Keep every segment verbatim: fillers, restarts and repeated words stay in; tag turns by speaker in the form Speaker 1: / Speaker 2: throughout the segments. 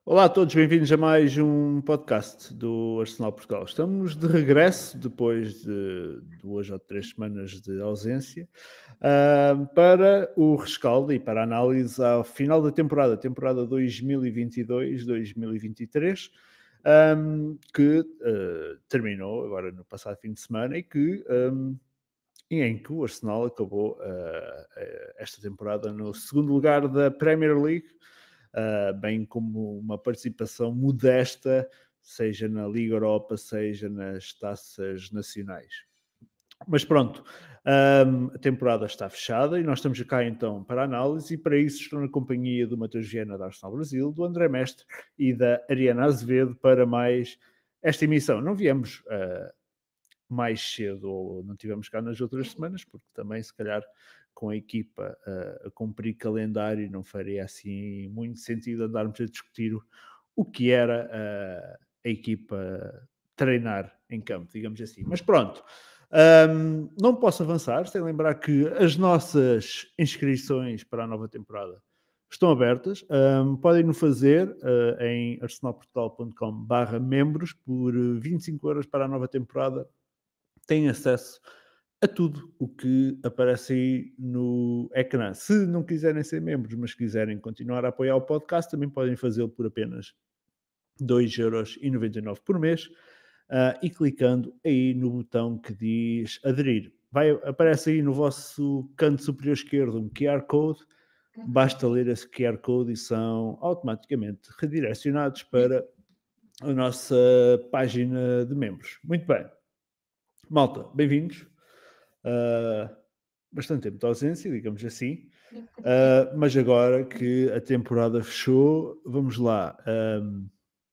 Speaker 1: Olá a todos, bem-vindos a mais um podcast do Arsenal Portugal. Estamos de regresso depois de duas ou três semanas de ausência ah, para o rescaldo e para a análise ao final da temporada, temporada dois mil e vinte e dois dois mil e vinte e três, um, que uh, terminou agora no passado fim de semana e que um, e em que o Arsenal acabou uh, uh, esta temporada no segundo lugar da Premier League, uh, bem como uma participação modesta, seja na Liga Europa, seja nas taças nacionais. Mas pronto, um, a temporada está fechada e nós estamos cá então para análise, e para isso estou na companhia do Matheus Viana da Arsenal Brasil, do André Mestre e da Ariana Azevedo para mais esta emissão. Não viemos uh, mais cedo, ou não tivemos cá nas outras semanas, porque também se calhar com a equipa uh, a cumprir calendário não faria assim muito sentido andarmos a discutir o, o que era uh, a equipa treinar em campo, digamos assim. Mas pronto, um, não posso avançar sem lembrar que as nossas inscrições para a nova temporada estão abertas. Um, podem no fazer uh, em arsenalportugal ponto com barra membros por vinte e cinco euros para a nova temporada. Têm acesso a tudo o que aparece aí no ecrã. Se não quiserem ser membros, mas quiserem continuar a apoiar o podcast, também podem fazê-lo por apenas dois euros e noventa e nove por mês, uh, e clicando aí no botão que diz aderir. Vai, aparece aí no vosso canto superior esquerdo um Q R Code, basta ler esse Q R Code e são automaticamente redirecionados para a nossa página de membros. Muito bem. Malta, bem-vindos. Uh, bastante tempo de ausência, digamos assim. Uh, mas agora que a temporada fechou, vamos lá. Um,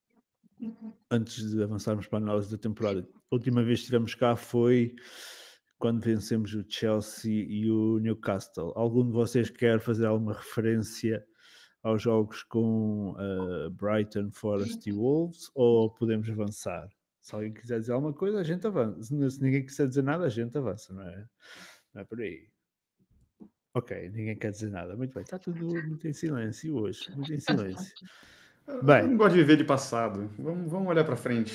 Speaker 1: antes de avançarmos para a análise da temporada, a última vez que estivemos cá foi quando vencemos o Chelsea e o Newcastle. Algum de vocês quer fazer alguma referência aos jogos com uh, Brighton, Forest e Wolves, ou podemos avançar? Se alguém quiser dizer alguma coisa, a gente avança. Se ninguém quiser dizer nada, a gente avança, não é? Não é por aí. Ok, ninguém quer dizer nada. Muito bem, está tudo muito em silêncio hoje. Muito em silêncio.
Speaker 2: Bem. Eu não gosto de viver de passado. Vamos, vamos olhar para frente.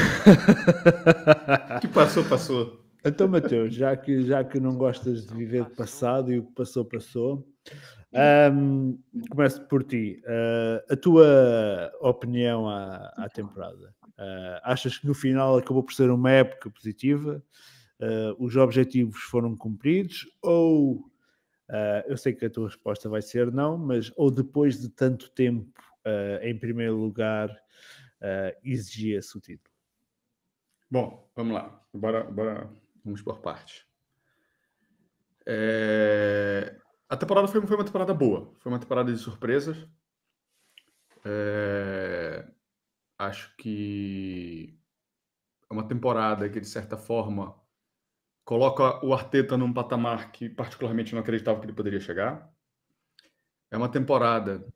Speaker 2: O que passou, passou.
Speaker 1: Então, Mateus, já que, já que não gostas de viver de passado e o que passou, passou, um, começo por ti. Uh, a tua opinião à, à temporada. Uh, achas que no final acabou por ser uma época positiva? Uh, os objetivos foram cumpridos? Ou, uh, eu sei que a tua resposta vai ser não, mas ou depois de tanto tempo uh, em primeiro lugar uh, exigia-se o título?
Speaker 2: Bom, vamos lá. Bora, bora, vamos por parte. É... A temporada foi, foi uma temporada boa. Foi uma temporada de surpresas. É... Acho que é uma temporada que, de certa forma, coloca o Arteta num patamar que particularmente não acreditava que ele poderia chegar. É uma temporada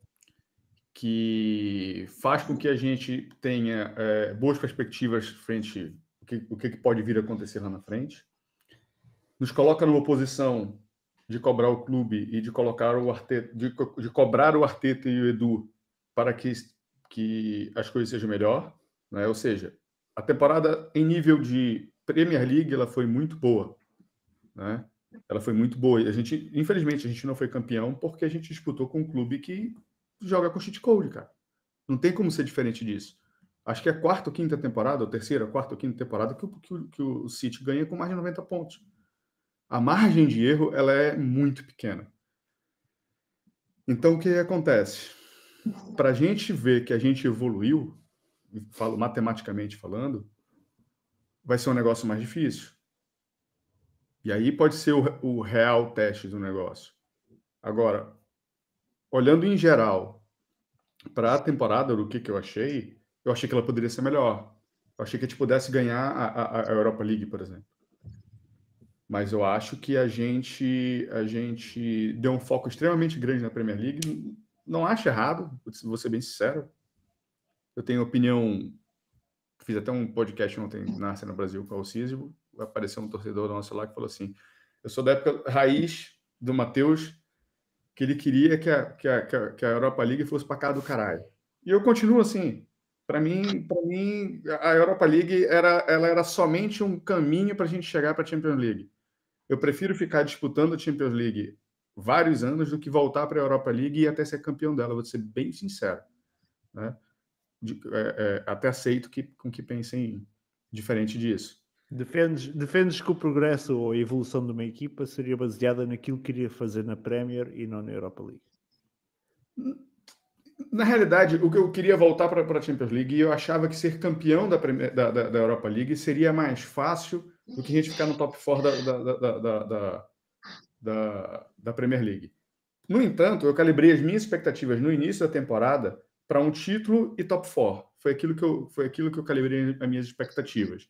Speaker 2: que faz com que a gente tenha é, boas perspectivas frente o que, o que pode vir a acontecer lá na frente. Nos coloca numa posição de cobrar o clube e de colocar o Arteta, de, de cobrar o Arteta e o Edu para que, que as coisas sejam melhor, né? Ou seja, a temporada em nível de Premier League ela foi muito boa, né? Ela foi muito boa. E a gente, infelizmente, a gente não foi campeão porque a gente disputou com um clube que joga com cheat code, cara. Não tem como ser diferente disso. Acho que é a quarta ou quinta temporada, ou terceira, quarta ou quinta temporada que o, que o, que o City ganha com mais de noventa pontos. A margem de erro ela é muito pequena. Então, o que acontece? Para a gente ver que a gente evoluiu, falo matematicamente falando, vai ser um negócio mais difícil. E aí pode ser o, o real teste do negócio. Agora, olhando em geral para a temporada, do que, que eu achei, eu achei que ela poderia ser melhor. Eu achei que a gente pudesse ganhar a, a, a Europa League, por exemplo. Mas eu acho que a gente, a gente deu um foco extremamente grande na Premier League. Não acho errado, vou ser bem sincero. Eu tenho opinião. Fiz até um podcast ontem na Arsenal Brasil com o Alcísio. Apareceu um torcedor nosso lá que falou assim: eu sou da época raiz do Matheus, que ele queria que a, que a, que a Europa League fosse para cá do caralho. E eu continuo assim. Para mim, para mim, a Europa League era, ela era somente um caminho para a gente chegar para a Champions League. Eu prefiro ficar disputando a Champions League vários anos do que voltar para a Europa League e até ser campeão dela, vou ser bem sincero. Né? De, é, é, até aceito que, com que pensem diferente disso.
Speaker 1: Defendes, defendes que o progresso ou a evolução de uma equipa seria baseada naquilo que iria fazer na Premier e não na Europa League?
Speaker 2: Na realidade, o que eu queria voltar para a Champions League e eu achava que ser campeão da, da, da, da Europa League seria mais fácil do que a gente ficar no top quatro da, da, da, da, da, da, da Premier League. No entanto, eu calibrei as minhas expectativas no início da temporada para um título e top quatro. Foi aquilo que eu, foi aquilo que eu calibrei as minhas expectativas.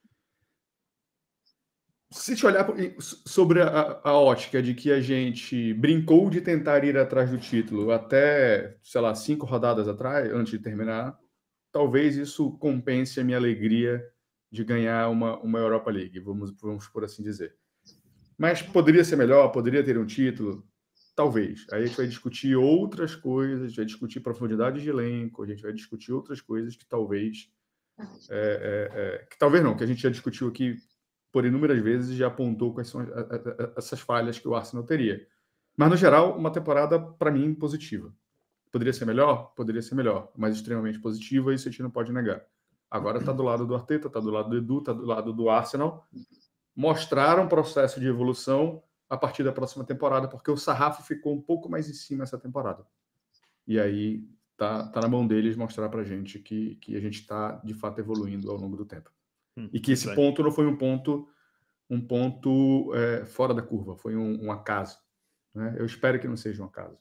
Speaker 2: Se te olhar sobre a, a ótica de que a gente brincou de tentar ir atrás do título até, sei lá, cinco rodadas atrás, antes de terminar, talvez isso compense a minha alegria de ganhar uma, uma Europa League, vamos, vamos por assim dizer. Mas poderia ser melhor, poderia ter um título, talvez. Aí a gente vai discutir outras coisas, a gente vai discutir profundidade de elenco, a gente vai discutir outras coisas que talvez... É, é, é, que talvez não, que a gente já discutiu aqui por inúmeras vezes e já apontou quais são essas falhas que o Arsenal teria. Mas, no geral, uma temporada, para mim, positiva. Poderia ser melhor? Poderia ser melhor, mas extremamente positiva, isso a gente não pode negar. Agora está do lado do Arteta, está do lado do Edu, está do lado do Arsenal. Mostraram um processo de evolução a partir da próxima temporada, porque o sarrafo ficou um pouco mais em cima essa temporada. E aí tá, tá na mão deles mostrar para a gente que, que a gente está, de fato, evoluindo ao longo do tempo. Hum, e que esse bem. ponto não foi um ponto, um ponto é, fora da curva, foi um, um acaso. Né? Eu espero que não seja um acaso.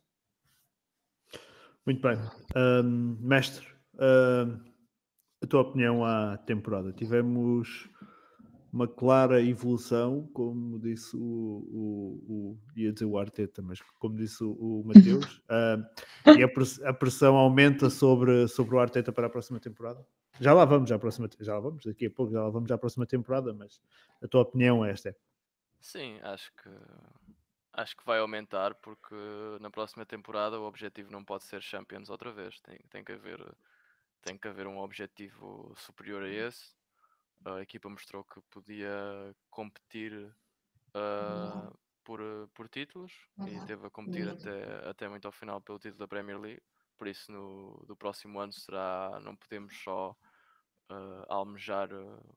Speaker 1: Muito bem. Um, mestre, um, a tua opinião à temporada? Tivemos uma clara evolução, como disse o, o, o ia dizer o Arteta, mas como disse o, o Mateus, uh, e a, a pressão aumenta sobre, sobre o Arteta para a próxima temporada? Já lá vamos à próxima, já lá vamos, daqui a pouco já lá vamos à próxima temporada, mas a tua opinião é esta?
Speaker 3: Sim, acho que acho que vai aumentar, porque na próxima temporada o objetivo não pode ser Champions outra vez, tem, tem que haver tem que haver um objetivo superior a esse. A equipa mostrou que podia competir uh, por, por títulos e teve a competir até, até muito ao final pelo título da Premier League. Por isso, no do próximo ano será, não podemos só uh, almejar uh,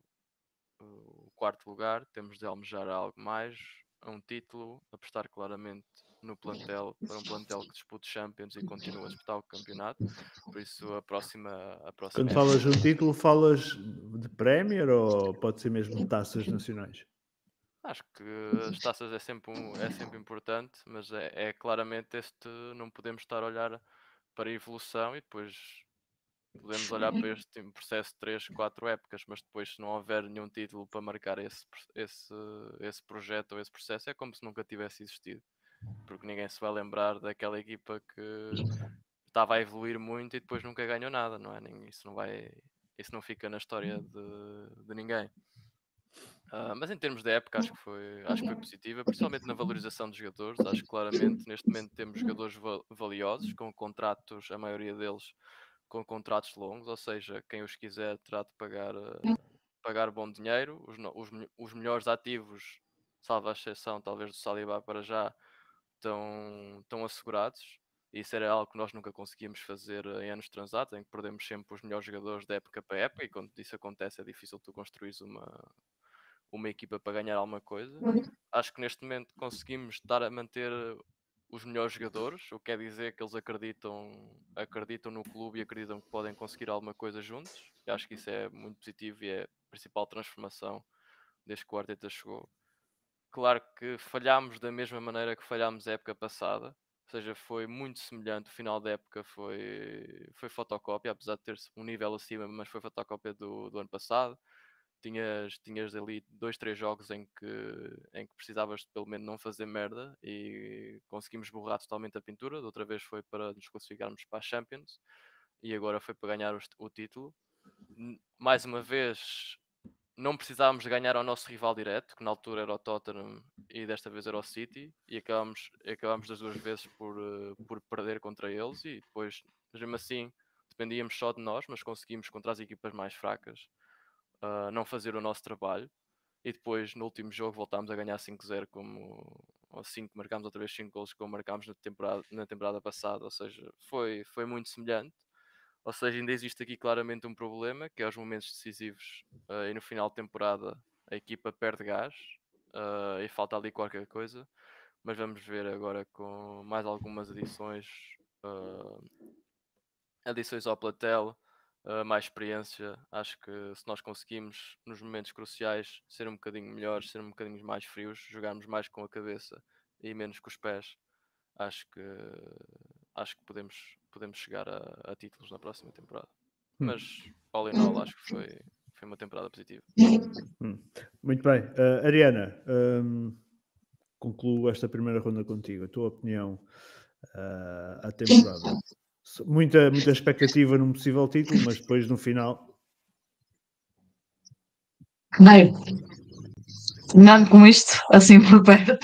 Speaker 3: o quarto lugar, temos de almejar algo mais, um título, apostar claramente no plantel, para um plantel que dispute Champions e continua a disputar o campeonato. Por isso, a próxima... A próxima
Speaker 1: Quando falas de um título, falas de Premier ou pode ser mesmo taças nacionais?
Speaker 3: Acho que as taças é sempre, um, é sempre importante, mas é, é claramente este, não podemos estar a olhar para a evolução e depois podemos olhar para este processo de três, quatro épocas, mas depois se não houver nenhum título para marcar esse, esse, esse projeto ou esse processo, é como se nunca tivesse existido. Porque ninguém se vai lembrar daquela equipa que estava a evoluir muito e depois nunca ganhou nada, não é? Isso não vai, isso não fica na história de, de ninguém. Uh, mas em termos de época acho que foi, acho que foi positiva, principalmente na valorização dos jogadores. Acho que claramente neste momento temos jogadores va valiosos, com contratos, a maioria deles com contratos longos, ou seja, quem os quiser terá de pagar, uh, pagar bom dinheiro. Os, os, os melhores ativos, salvo a exceção talvez do Saliba para já, estão, estão assegurados. Isso era algo que nós nunca conseguíamos fazer em anos transatos, em que perdemos sempre os melhores jogadores da época para época, e quando isso acontece é difícil tu construires uma, uma equipa para ganhar alguma coisa. Acho que neste momento conseguimos estar a manter os melhores jogadores, o que quer dizer que eles acreditam, acreditam no clube e acreditam que podem conseguir alguma coisa juntos. E acho que isso é muito positivo e é a principal transformação desde que o Arteta chegou. Claro que falhámos da mesma maneira que falhámos a época passada, ou seja, foi muito semelhante. O final da época foi, foi fotocópia, apesar de ter um nível acima, mas foi fotocópia do, do ano passado. Tinhas, tinhas ali dois, três jogos em que, em que precisavas de pelo menos não fazer merda e conseguimos borrar totalmente a pintura. Da outra vez foi para nos classificarmos para a Champions e agora foi para ganhar o, o título. Mais uma vez, não precisávamos de ganhar ao nosso rival direto, que na altura era o Tottenham e desta vez era o City, e acabámos, acabámos das duas vezes por, uh, por perder contra eles, e depois, mesmo assim, dependíamos só de nós, mas conseguimos contra as equipas mais fracas uh, não fazer o nosso trabalho. E depois, no último jogo, voltámos a ganhar cinco zero, como ou cinco, marcámos outra vez cinco gols como marcámos na temporada, na temporada passada. Ou seja, foi, foi muito semelhante. Ou seja, ainda existe aqui claramente um problema, que é os momentos decisivos uh, e no final de temporada a equipa perde gás uh, e falta ali qualquer coisa. Mas vamos ver agora com mais algumas adições, uh, adições ao platel, uh, mais experiência. Acho que se nós conseguimos, nos momentos cruciais, ser um bocadinho melhores, ser um bocadinho mais frios, jogarmos mais com a cabeça e menos com os pés, acho que, acho que podemos, podemos chegar a, a títulos na próxima temporada.
Speaker 1: Hum.
Speaker 3: Mas, all in all, acho que foi, foi uma temporada positiva.
Speaker 1: Hum. Muito bem. Uh, Ariana, um, concluo esta primeira ronda contigo. A tua opinião uh, à temporada. Muita, muita expectativa num possível título, mas depois no final...
Speaker 4: Bem, terminando com isto, assim por perto,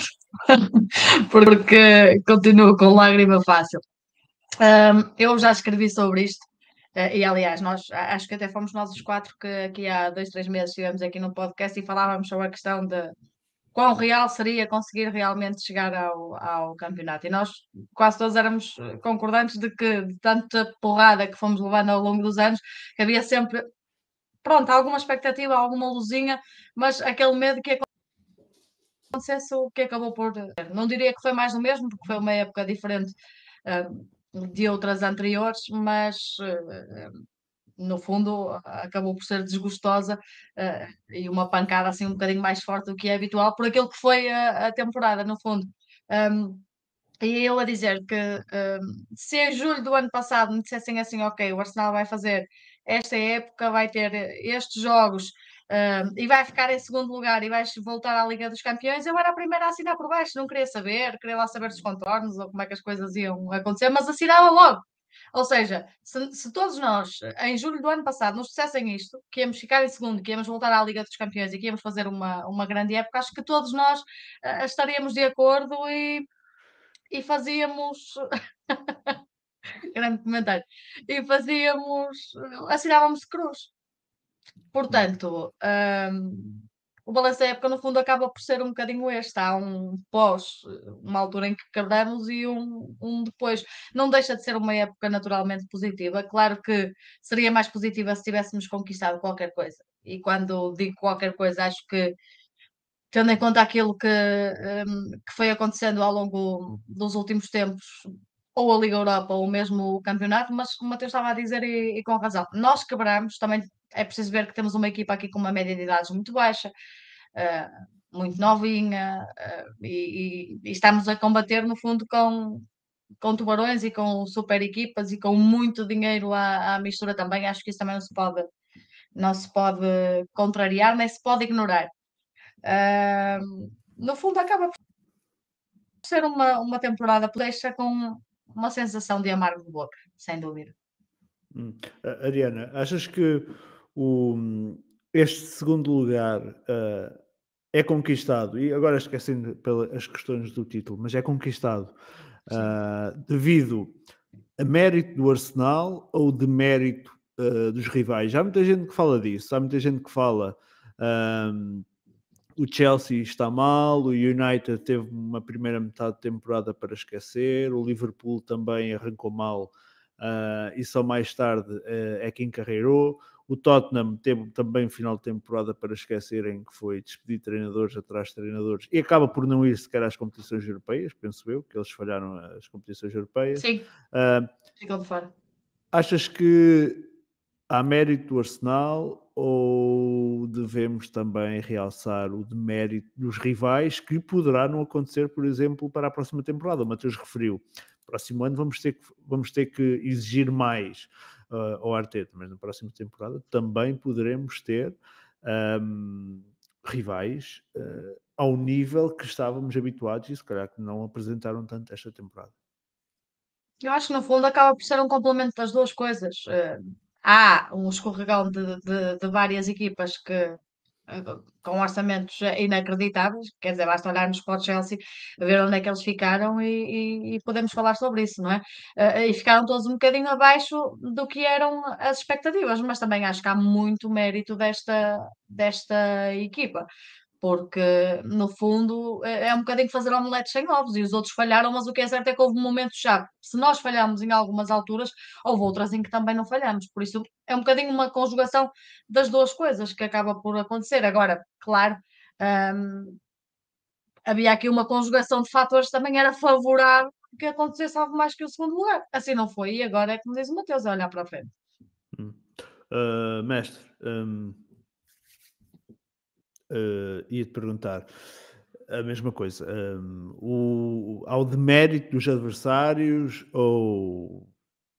Speaker 4: porque continuo com lágrima fácil. Um, eu já escrevi sobre isto, uh, e aliás, nós acho que até fomos nós os quatro que aqui há dois, três meses estivemos aqui no podcast e falávamos sobre a questão de quão real seria conseguir realmente chegar ao, ao campeonato. E nós quase todos éramos concordantes de que, de tanta porrada que fomos levando ao longo dos anos, que havia sempre, pronto, alguma expectativa, alguma luzinha, mas aquele medo que acontecesse o que acabou por... Não diria que foi mais do mesmo, porque foi uma época diferente uh, de outras anteriores, mas... Uh, no fundo, acabou por ser desgostosa uh, e uma pancada assim um bocadinho mais forte do que é habitual por aquilo que foi a, a temporada, no fundo. Um, e eu a dizer que um, se em julho do ano passado me dissessem assim, ok, o Arsenal vai fazer esta época, vai ter estes jogos um, e vai ficar em segundo lugar e vai voltar à Liga dos Campeões, eu era a primeira a assinar por baixo, não queria saber, queria lá saber dos contornos ou como é que as coisas iam acontecer, mas assinava logo. Ou seja, se, se, todos nós, em julho do ano passado, nos dissessem isto, que íamos ficar em segundo, que íamos voltar à Liga dos Campeões e que íamos fazer uma, uma grande época, acho que todos nós uh, estaríamos de acordo e, e fazíamos. grande comentário. E fazíamos. Assinávamos de cruz. Portanto. Um, o balanço da época, no fundo, acaba por ser um bocadinho este. Há um pós, uma altura em que quebramos e um, um depois. Não deixa de ser uma época naturalmente positiva. Claro que seria mais positiva se tivéssemos conquistado qualquer coisa. E quando digo qualquer coisa, acho que, tendo em conta aquilo que, um, que foi acontecendo ao longo dos últimos tempos, ou a Liga Europa ou mesmo o campeonato, mas o Mateus estava a dizer e, e com razão. Nós quebramos, também é preciso ver que temos uma equipa aqui com uma média de idades muito baixa, uh, muito novinha, uh, e, e, e estamos a combater, no fundo, com, com tubarões e com super equipas e com muito dinheiro à, à mistura também. Acho que isso também não se pode, não se pode contrariar, nem se pode ignorar. Uh, no fundo, acaba por ser uma, uma temporada que deixa com uma sensação de amargo de boca, sem dúvida.
Speaker 1: Hum. Ariana, achas que o, este segundo lugar uh, é conquistado, e agora esquecendo pelas questões do título, mas é conquistado uh, devido a mérito do Arsenal ou de mérito uh, dos rivais? Há muita gente que fala disso, há muita gente que fala um, o Chelsea está mal, o United teve uma primeira metade de temporada para esquecer, o Liverpool também arrancou mal uh, e só mais tarde uh, é que encarreirou. O Tottenham teve também final de temporada para esquecerem, que foi despedir treinadores atrás de treinadores e acaba por não ir sequer às competições europeias, penso eu, que eles falharam as competições europeias.
Speaker 4: Sim,
Speaker 1: uh,
Speaker 4: ficou de fora.
Speaker 1: Achas que há mérito do Arsenal ou devemos também realçar o demérito dos rivais que poderá não acontecer, por exemplo, para a próxima temporada? O Mateus referiu, próximo ano vamos ter que, vamos ter que exigir mais uh, ao Arteta, mas na próxima temporada também poderemos ter um, rivais uh, ao nível que estávamos habituados e se calhar que não apresentaram tanto esta temporada.
Speaker 4: Eu acho que no fundo acaba por ser um complemento das duas coisas. Uh, há um escorregão de, de, de várias equipas que com orçamentos inacreditáveis, quer dizer, basta olharmos para o Chelsea, ver onde é que eles ficaram e, e- e podemos falar sobre isso, não é? Eh, e ficaram todos um bocadinho abaixo do que eram as expectativas, mas também acho que há muito mérito desta, desta equipa. Porque, no fundo, é é um bocadinho fazer omelete sem ovos e os outros falharam, mas o que é certo é que houve momentos-chave. Se nós falhamos em algumas alturas, houve outras em que também não falhamos. Por isso, é um bocadinho uma conjugação das duas coisas que acaba por acontecer. Agora, claro, hum, havia aqui uma conjugação de fatores que também era favorável que acontecesse algo mais que o segundo lugar. Assim não foi, e agora é como diz o Mateus, é olhar para a frente.
Speaker 1: Hum. Ah, mestre, hum, ah, ia-te perguntar a mesma coisa. hum, o, ao demérito dos adversários ou,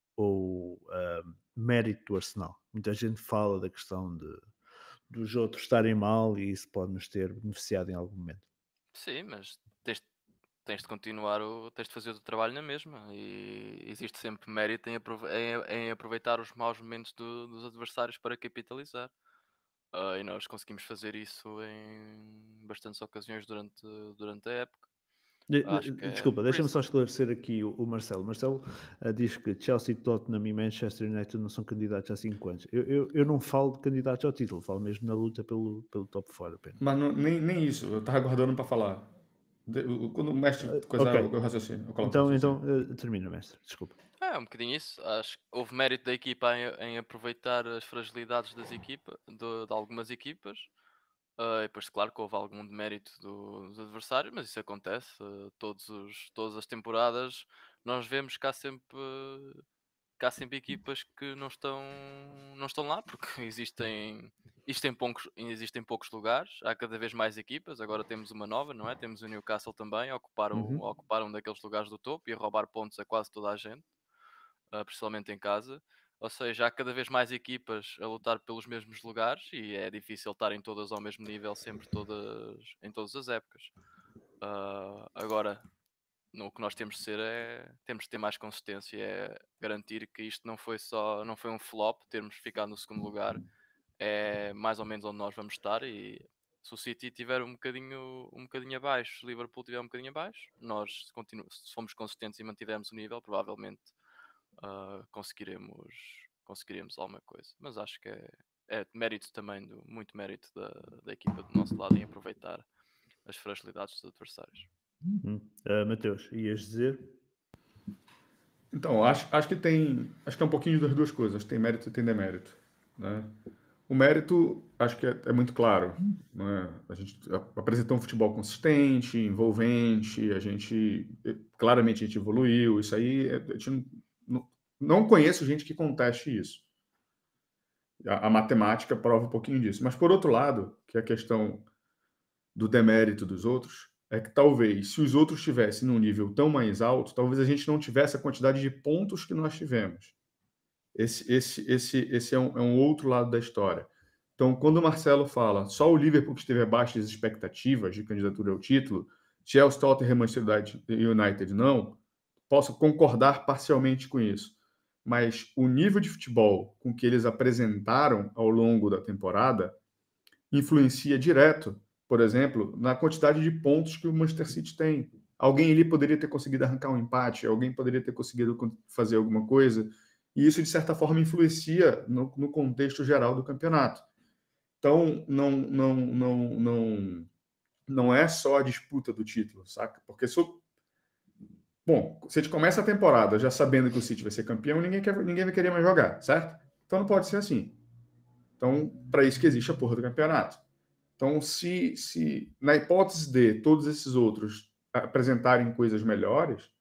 Speaker 1: ou hum, mérito do Arsenal? Muita gente fala da questão de, dos outros estarem mal e isso pode nos ter beneficiado em algum momento.
Speaker 3: Sim, mas tens, tens de continuar, o, tens de fazer o trabalho na mesma. E existe sempre mérito em, aprove- em- em aproveitar os maus momentos do- dos adversários para capitalizar. Ah, e nós conseguimos fazer isso em bastantes ocasiões durante, durante a época.
Speaker 1: De-
Speaker 3: Acho
Speaker 1: de-
Speaker 3: que é
Speaker 1: Desculpa,
Speaker 3: por
Speaker 1: deixa-me
Speaker 3: isso.
Speaker 1: só esclarecer aqui o, o Marcelo. Marcelo ah, diz que Chelsea, Tottenham e Manchester United não são candidatos há cinco anos. Eu, eu, eu não falo de candidatos ao título, falo mesmo na luta pelo, pelo top fora apenas.
Speaker 2: Mas não- nem, nem isso, eu tava aguardando para falar. De- o- quando o mestre coisar
Speaker 1: ok.
Speaker 2: o raciocínio, eu coloco o
Speaker 1: Então,
Speaker 2: raciocínio.
Speaker 1: então ah, termina, mestre. Desculpa.
Speaker 3: É, é um bocadinho isso. Acho que houve mérito da equipa em, em aproveitar as fragilidades das equipas, de, de algumas equipas. Ah, e depois, claro, que houve algum demérito do- dos adversários, mas isso acontece. ah, todos os, todas as temporadas nós vemos que há sempre, que há sempre equipas que não estão, não estão lá porque existem, existem, poucos, existem poucos lugares, há cada vez mais equipas. Agora temos uma nova, não é? Temos o Newcastle também a ocupar, o,
Speaker 1: Uhum.
Speaker 3: a ocupar um daqueles lugares do topo e a roubar pontos a quase toda a gente, ah, principalmente em casa. Ou seja, há cada vez mais equipas a lutar pelos mesmos lugares e é difícil estarem todas ao mesmo nível sempre todas, em todas as épocas. Ah, agora, no, o que nós temos de ser é temos de ter mais consistência, é garantir que isto não foi só, não foi um flop, termos ficado no segundo lugar, é mais ou menos onde nós vamos estar. E se o City estiver um bocadinho, um bocadinho abaixo, se o Liverpool estiver um bocadinho abaixo, nós se, continu- se formos consistentes e mantivermos o nível, provavelmente ah, conseguiremos, conseguiremos alguma coisa. Mas acho que é, é mérito também, do, muito mérito da, da equipa do nosso lado em aproveitar as fragilidades dos adversários.
Speaker 1: Hum. Ah, Mateus, ias dizer?
Speaker 2: Então, acho, acho que tem, acho que é um pouquinho das duas coisas, tem mérito e tem demérito, né? O mérito, acho que é, é muito claro, né? A gente apresentou um futebol consistente, envolvente, a gente, claramente a gente evoluiu, isso aí, a gente não, não, não conheço gente que conteste isso. A, a matemática prova um pouquinho disso. Mas, por outro lado, que é a questão do demérito dos outros, é que talvez, se os outros estivessem num nível tão mais alto, talvez a gente não tivesse a quantidade de pontos que nós tivemos. Esse, esse, esse, esse é, um, é um outro lado da história. Então, quando o Marcelo fala só o Liverpool que esteve abaixo das expectativas de candidatura ao título, Chelsea, Tottenham, Manchester United não, posso concordar parcialmente com isso. Mas o nível de futebol com que eles apresentaram ao longo da temporada influencia direto, por exemplo, na quantidade de pontos que o Manchester City tem. Alguém ali poderia ter conseguido arrancar um empate, alguém poderia ter conseguido fazer alguma coisa, e isso, de certa forma, influencia no, no contexto geral do campeonato. Então, não, não, não, não, não é só a disputa do título, saca? Porque se eu... Bom, se a gente começa a temporada já sabendo que o City vai ser campeão, ninguém, quer, ninguém vai querer mais jogar, certo? Então não pode ser assim. Então, para isso que existe a porra do campeonato. Então, se, se na hipótese de todos esses outros apresentarem coisas melhores,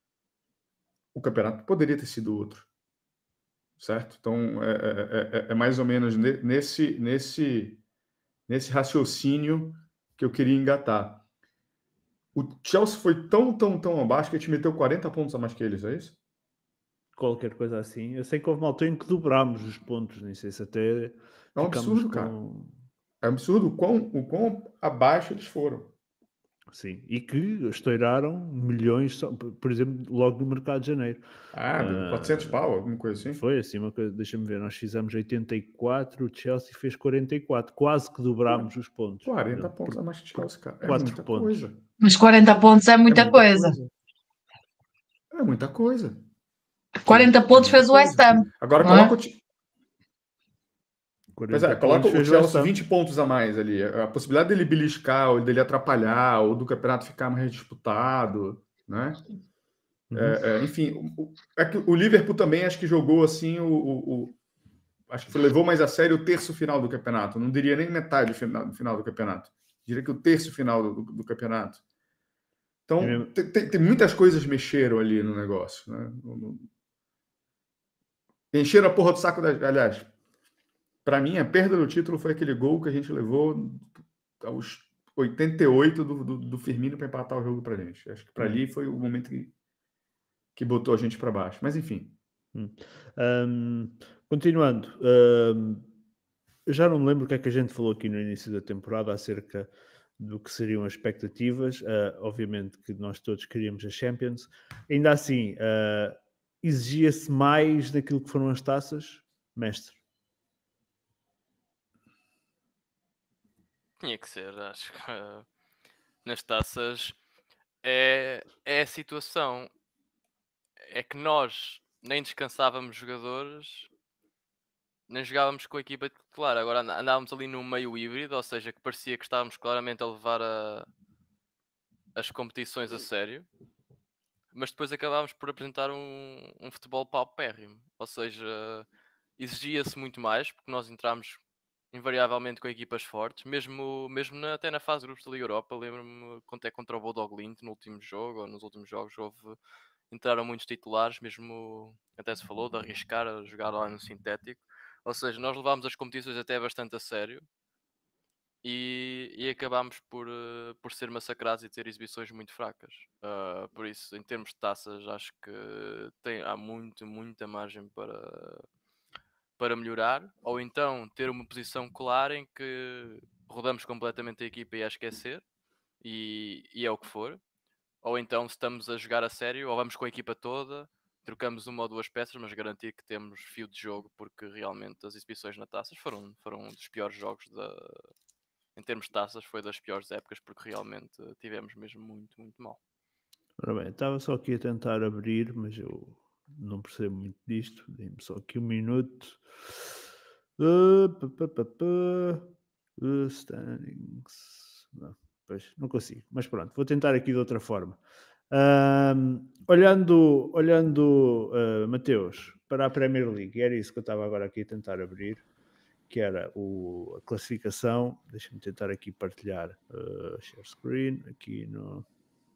Speaker 2: o campeonato poderia ter sido outro, certo? Então, é, é, é, é mais ou menos nesse, nesse, nesse raciocínio que eu queria engatar. O Chelsea foi tão, tão, tão abaixo que a gente meteu quarenta pontos a mais que eles, é isso?
Speaker 1: Qualquer coisa assim. Eu sei que houve uma altura em que dobrámos os pontos, nem sei se até
Speaker 2: É um
Speaker 1: ficámos
Speaker 2: absurdo,
Speaker 1: com...
Speaker 2: cara. É um absurdo o quão, o quão abaixo eles foram.
Speaker 1: Sim, e que estouraram milhões, só, por exemplo, logo no mercado de janeiro.
Speaker 2: Ah, uh, quatrocentos pau, alguma coisa assim?
Speaker 1: Foi assim, uma coisa, deixa-me ver, nós fizemos oitenta e quatro, o Chelsea fez quarenta e quatro, quase que dobrámos os pontos.
Speaker 2: quarenta pontos a mais que Chelsea, cara. É
Speaker 1: quatro
Speaker 2: muita
Speaker 1: pontos.
Speaker 2: coisa.
Speaker 4: Mas quarenta pontos é muita,
Speaker 2: é muita
Speaker 4: coisa.
Speaker 2: coisa. É muita coisa.
Speaker 4: quarenta
Speaker 2: Sim,
Speaker 4: pontos
Speaker 2: é
Speaker 4: fez o West Ham.
Speaker 2: Agora coloca é? o... Pois é, coloca o Chelsea vinte pontos a mais ali. A possibilidade dele beliscar, ou dele atrapalhar, ou do campeonato ficar mais disputado, né? Uhum. É, é, enfim, o, é que o Liverpool também acho que jogou assim, o, o, o acho que levou mais a sério o terço final do campeonato. Não diria nem metade do final, do, final do campeonato. Diria que o terço final do, do, do campeonato. Então, tem, tem, tem muitas coisas mexeram ali no negócio, né? No, no... Encheram a porra do saco da... Aliás, para mim, a perda do título foi aquele gol que a gente levou aos oitenta e oito do, do, do Firmino para empatar o jogo para a gente. Acho que para hum. ali foi o momento que, que botou a gente para baixo. Mas, enfim.
Speaker 1: Hum. Um, continuando. Um, eu já não me lembro o que é que a gente falou aqui no início da temporada acerca do que seriam as expectativas. Uh, obviamente que nós todos queríamos a Champions. Ainda assim, uh, exigia-se mais daquilo que foram as taças, mestre?
Speaker 3: Tinha que ser, acho que uh, nas taças é, é a situação. É que nós nem descansávamos jogadores, nem jogávamos com a equipa titular. Agora andávamos ali num meio híbrido, ou seja, que parecia que estávamos claramente a levar a, as competições a sério, mas depois acabávamos por apresentar um, um futebol paupérrimo. Ou seja, exigia-se muito mais, porque nós entramos invariavelmente com equipas fortes, mesmo, mesmo na, até na fase de grupos da Liga Europa. Lembro-me até contra o Bodoglimt no último jogo, ou nos últimos jogos, houve, entraram muitos titulares, mesmo até se falou de arriscar a jogar lá no sintético. Ou seja, nós levámos as competições até bastante a sério e, e acabámos por, uh, por ser massacrados e ter exibições muito fracas. Uh, por isso, em termos de taças, acho que tem, há muito, muita margem para... para melhorar, ou então ter uma posição clara em que rodamos completamente a equipa e a esquecer, e, e é o que for, ou então se estamos a jogar a sério, ou vamos com a equipa toda, trocamos uma ou duas peças, mas garantir que temos fio de jogo, porque realmente as exibições na taças foram, foram dos piores jogos da... em termos de taças, foi das piores épocas, porque realmente tivemos mesmo muito, muito mal.
Speaker 1: Ora bem, estava só aqui a tentar abrir, mas eu não percebo muito disto. Dê-me só aqui um minuto. Uh, pa, pa, pa, pa. Uh, standings. Não, pois, não consigo. Mas pronto, vou tentar aqui de outra forma. Uh, olhando, olhando uh, Mateus, para a Premier League, era isso que eu estava agora aqui a tentar abrir, que era o, a classificação. Deixa-me tentar aqui partilhar uh, share screen, aqui no...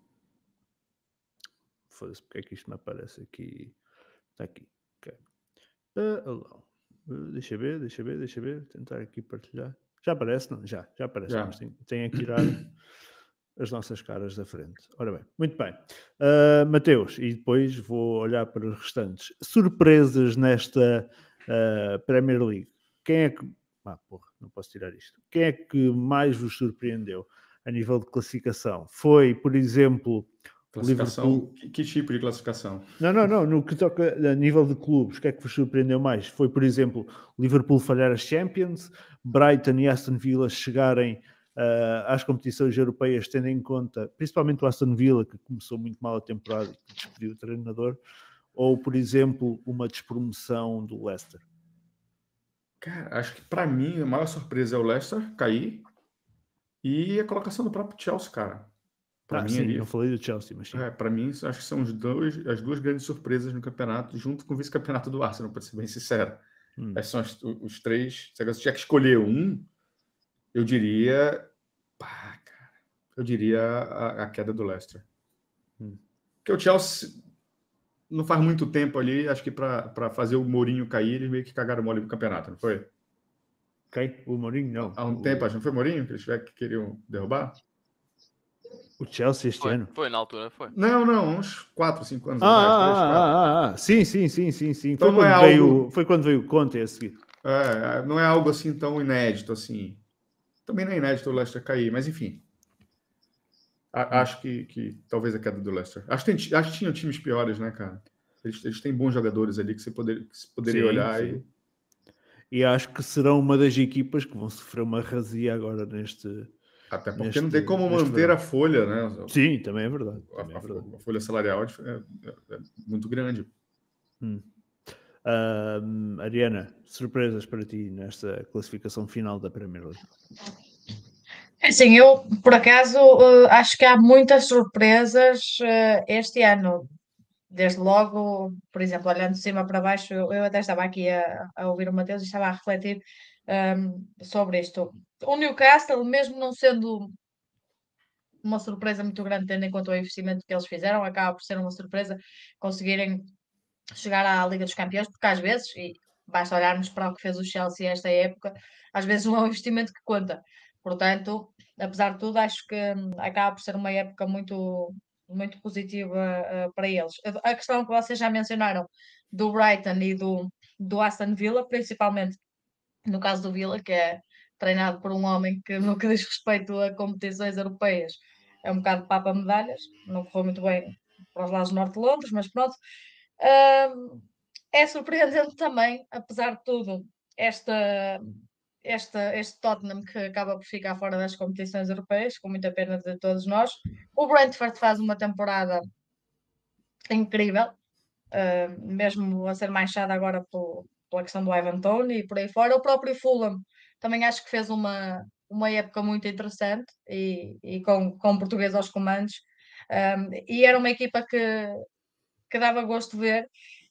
Speaker 1: Foda-se, porque é que isto me aparece aqui? Está aqui. Okay. Uh, uh, deixa ver, deixa ver, deixa ver. Tentar aqui partilhar. Já aparece? Não, já, já aparece. Já. Mas tem, tem que tirar as nossas caras da frente. Ora bem, muito bem. Uh, Mateus, e depois vou olhar para os restantes. Surpresas nesta uh, Premier League. Quem é que... Ah, porra, não posso tirar isto. Quem é que mais vos surpreendeu a nível de classificação? Foi, por exemplo...
Speaker 2: Classificação? Liverpool... Que, que tipo de classificação?
Speaker 1: Não, não, não. No que toca a nível de clubes, o que é que vos surpreendeu mais? Foi, por exemplo, Liverpool falhar as Champions, Brighton e Aston Villa chegarem uh, às competições europeias, tendo em conta, principalmente o Aston Villa, que começou muito mal a temporada e despediu o treinador, ou, por exemplo, uma despromoção do Leicester?
Speaker 2: Cara, acho que para mim a maior surpresa é o Leicester cair e a colocação do próprio Chelsea, cara.
Speaker 1: Para ah, mim, sim, ali, não falei do Chelsea, mas sim.
Speaker 2: É, para mim, acho que são os dois, as duas grandes surpresas no campeonato, junto com o vice-campeonato do Arsenal, para ser bem sincero. Hum. Esses são os, os três. Se eu tiver que escolher um, eu diria. Pá, cara, eu diria a, a queda do Leicester. Hum. Porque o Chelsea não faz muito tempo ali, acho que para fazer o Mourinho cair, eles meio que cagaram mole no campeonato, não foi?
Speaker 1: Quem? O Mourinho, não.
Speaker 2: Há um
Speaker 1: o...
Speaker 2: tempo, acho que não foi o Mourinho que eles que queriam derrubar?
Speaker 1: O Chelsea este
Speaker 3: foi,
Speaker 1: ano?
Speaker 3: Foi, na altura foi.
Speaker 2: Não, não, uns quatro, cinco anos
Speaker 1: ah,
Speaker 2: atrás. três,
Speaker 1: ah, ah, ah, sim, sim, sim, sim, sim.
Speaker 2: Então
Speaker 1: foi,
Speaker 2: não
Speaker 1: quando
Speaker 2: é
Speaker 1: veio,
Speaker 2: algo...
Speaker 1: foi quando veio o Conte a seguir.
Speaker 2: É, não é algo assim tão inédito assim. Também não é inédito o Leicester cair, mas enfim. A, acho que, que talvez a queda do Leicester. Acho que, tem, acho que tinham times piores, né, cara? Eles, eles têm bons jogadores ali que você, poder, que você poderia
Speaker 1: Sim,
Speaker 2: olhar
Speaker 1: sim.
Speaker 2: e...
Speaker 1: E acho que serão uma das equipas que vão sofrer uma razia agora neste.
Speaker 2: Até porque
Speaker 1: neste,
Speaker 2: não tem como
Speaker 1: neste
Speaker 2: manter
Speaker 1: verão.
Speaker 2: a folha, né?
Speaker 1: Sim, também é verdade.
Speaker 2: A,
Speaker 1: Também é
Speaker 2: a-
Speaker 1: verdade.
Speaker 2: a folha salarial é, é- é muito grande.
Speaker 1: Hum. Ahm, Ariana, surpresas para ti nesta classificação final da Premier League?
Speaker 4: É assim, eu, por acaso, eh, acho que há muitas surpresas eh, este ano. Desde logo, por exemplo, olhando de cima para baixo, eu, eu até estava aqui a, a ouvir o Mateus e estava a refletir ehm, sobre isto. O Newcastle, mesmo não sendo uma surpresa muito grande, tendo em conta o investimento que eles fizeram, acaba por ser uma surpresa conseguirem chegar à Liga dos Campeões, porque às vezes, e basta olharmos para o que fez o Chelsea esta época, às vezes não é o investimento que conta. Portanto, apesar de tudo, acho que hum, acaba por ser uma época muito, muito positiva uh, para eles. A a questão que vocês já mencionaram do Brighton e do, do Aston Villa, principalmente no caso do Villa, que é treinado por um homem que, no que diz respeito a competições europeias, é um bocado papa-medalhas, não correu muito bem para os lados do norte de Londres, mas pronto. Hum, é surpreendente também, apesar de tudo, esta, esta, este Tottenham que acaba por ficar fora das competições europeias, com muita pena de todos nós. O Brentford faz uma temporada incrível, uh, mesmo a ser manchada agora por, pela questão do Ivan Toney e por aí fora. O próprio Fulham também acho que fez uma, uma época muito interessante e, e com, com português aos comandos. Um, e era uma equipa que, que dava gosto de ver.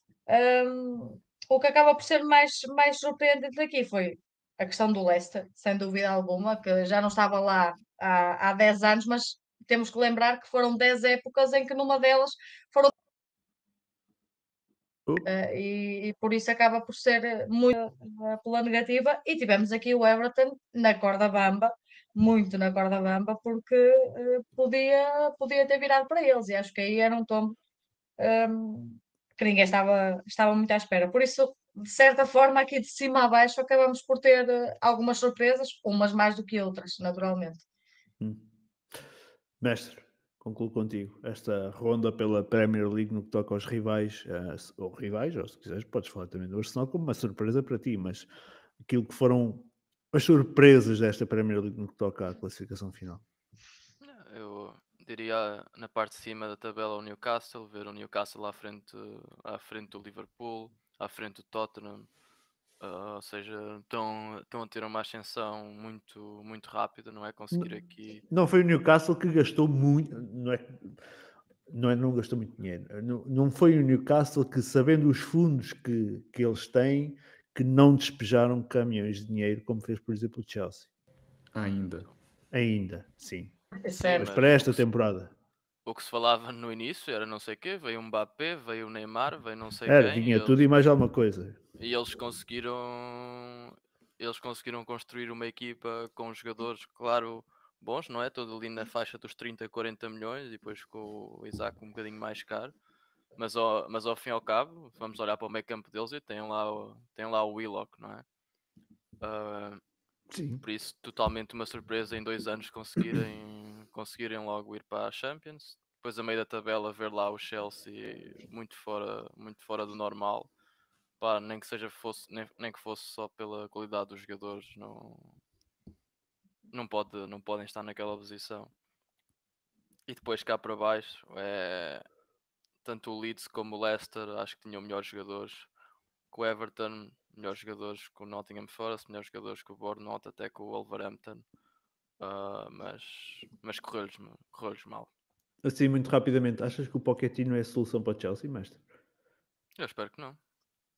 Speaker 4: Um, o que acaba por ser mais, mais surpreendente aqui foi a questão do Leicester, sem dúvida alguma, que já não estava lá há, há dez anos, mas temos que lembrar que foram dez épocas em que numa delas foram.
Speaker 1: Uh,
Speaker 4: Uh, e, e por isso acaba por ser muito uh, pela negativa. E tivemos aqui o Everton na corda bamba, muito na corda bamba, porque uh, podia, podia ter virado para eles. E acho que aí era um tombo um, que ninguém estava, estava muito à espera. Por isso, de certa forma, aqui de cima a baixo, acabamos por ter uh, algumas surpresas, umas mais do que outras, naturalmente.
Speaker 1: hum. Mestre, concluo contigo esta ronda pela Premier League no que toca aos rivais, uh, ou rivais, ou se quiseres, podes falar também do Arsenal como uma surpresa para ti, mas aquilo que foram as surpresas desta Premier League no que toca à classificação final.
Speaker 3: Eu diria na parte de cima da tabela o Newcastle, ver o Newcastle à frente, à frente do Liverpool, à frente do Tottenham, uh, ou seja, estão, estão a ter uma ascensão muito, muito rápida, não é? Conseguir aqui.
Speaker 1: Não foi o Newcastle que gastou muito, não é, não, é, não gastou muito dinheiro, não, não foi o Newcastle que, sabendo os fundos que, que eles têm, que não despejaram caminhões de dinheiro, como fez, por exemplo, o Chelsea.
Speaker 2: Ainda.
Speaker 1: Ainda, sim.
Speaker 3: Sim,
Speaker 1: Mas
Speaker 3: mas
Speaker 1: para esta
Speaker 3: o que, se,
Speaker 1: temporada.
Speaker 3: o que se falava no início era não sei o quê, veio o Mbappé, veio o Neymar, veio não sei
Speaker 1: Era,
Speaker 3: quem, e
Speaker 1: vinha tudo
Speaker 3: eles,
Speaker 1: e mais alguma coisa.
Speaker 3: e eles conseguiram eles conseguiram construir uma equipa com jogadores, claro, bons, não é? Todo ali na faixa dos trinta, quarenta milhões e depois com o Isaac um bocadinho mais caro. Mas ao, mas ao fim e ao cabo, vamos olhar para o meio campo deles e tem lá o, tem lá o Willock, não é? Uh,
Speaker 1: Sim.
Speaker 3: por isso, totalmente uma surpresa em dois anos conseguirem, conseguirem logo ir para a Champions. Depois, a meio da tabela, ver lá o Chelsea muito fora, muito fora do normal. Pá, nem que seja fosse, nem, nem que fosse só pela qualidade dos jogadores, não, não, pode, não podem estar naquela posição. E depois cá para baixo, é, tanto o Leeds como o Leicester, acho que tinham melhores jogadores que o Everton, melhores jogadores que o Nottingham Forest, melhores jogadores que o Bournemouth, até que o Wolverhampton. Uh, mas mas correu-lhes correu mal.
Speaker 1: Assim, muito rapidamente, achas que o Pochettino é a solução para o Chelsea, mestre?
Speaker 3: Eu espero que não.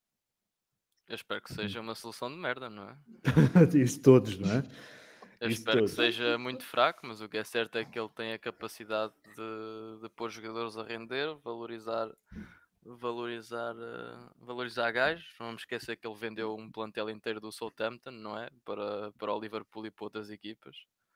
Speaker 3: Eu espero que seja uma solução de merda, não é?
Speaker 1: Isso todos, não é?
Speaker 3: Eu
Speaker 1: Isso
Speaker 3: espero que
Speaker 1: todos.
Speaker 3: seja muito fraco, mas o que é certo é que ele tem a capacidade de, de pôr jogadores a render, valorizar, valorizar, uh, valorizar gajos. Não me esquecer que ele vendeu um plantel inteiro do Southampton, não é? Para, para o Liverpool e para outras equipas.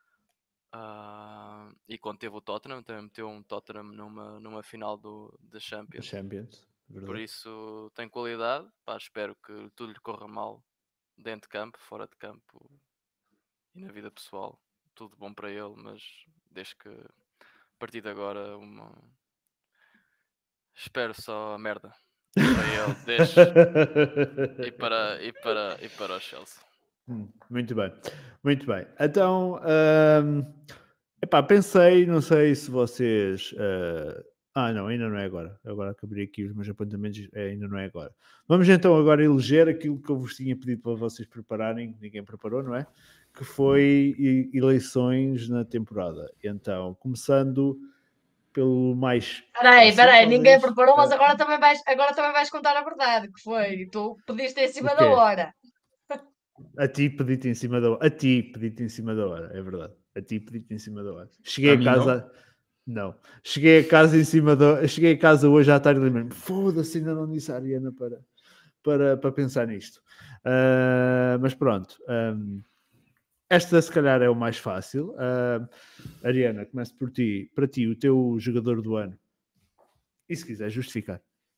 Speaker 3: Uh, e quando teve o Tottenham, também meteu um Tottenham numa, numa final do, da Champions.
Speaker 1: Champions,
Speaker 3: Por
Speaker 1: verdade.
Speaker 3: isso tem qualidade. Pá, espero que tudo lhe corra mal dentro de campo, fora de campo e na vida pessoal. Tudo bom para ele, mas desde que partir de agora, uma... espero só a merda para ele, deixe e para, e, para, e para o Chelsea.
Speaker 1: Hum, muito bem, muito bem. Então, hum, epá, pensei, não sei se vocês. Uh, ah, não, ainda não é agora. Agora que abri aqui os meus apontamentos, é, ainda não é agora. Vamos então agora eleger aquilo que eu vos tinha pedido para vocês prepararem, que ninguém preparou, não é? Que foi e- eleições na temporada. Então, começando pelo mais.
Speaker 4: Peraí,
Speaker 1: fácil,
Speaker 4: peraí, ninguém
Speaker 1: talvez.
Speaker 4: preparou, mas
Speaker 1: Ah,
Speaker 4: agora também, vais, agora também vais contar a verdade, que foi, tu pediste em cima
Speaker 1: O
Speaker 4: da
Speaker 1: quê?
Speaker 4: hora.
Speaker 1: A ti pedi-te em cima da hora. A ti pedi-te em cima da hora, é verdade. A ti pedi-te em cima da hora. Cheguei
Speaker 2: A
Speaker 1: a,
Speaker 2: mim
Speaker 1: casa. Não. Cheguei a casa em cima da. Cheguei a casa hoje à tarde e lembrei-me. Foda-se, ainda não disse à Ariana para, para, para pensar nisto. Ah, mas pronto. ahm, esta se calhar é o mais fácil. Ah, Ariana, começo por ti. Para ti, o teu jogador do ano. E se quiser justificar.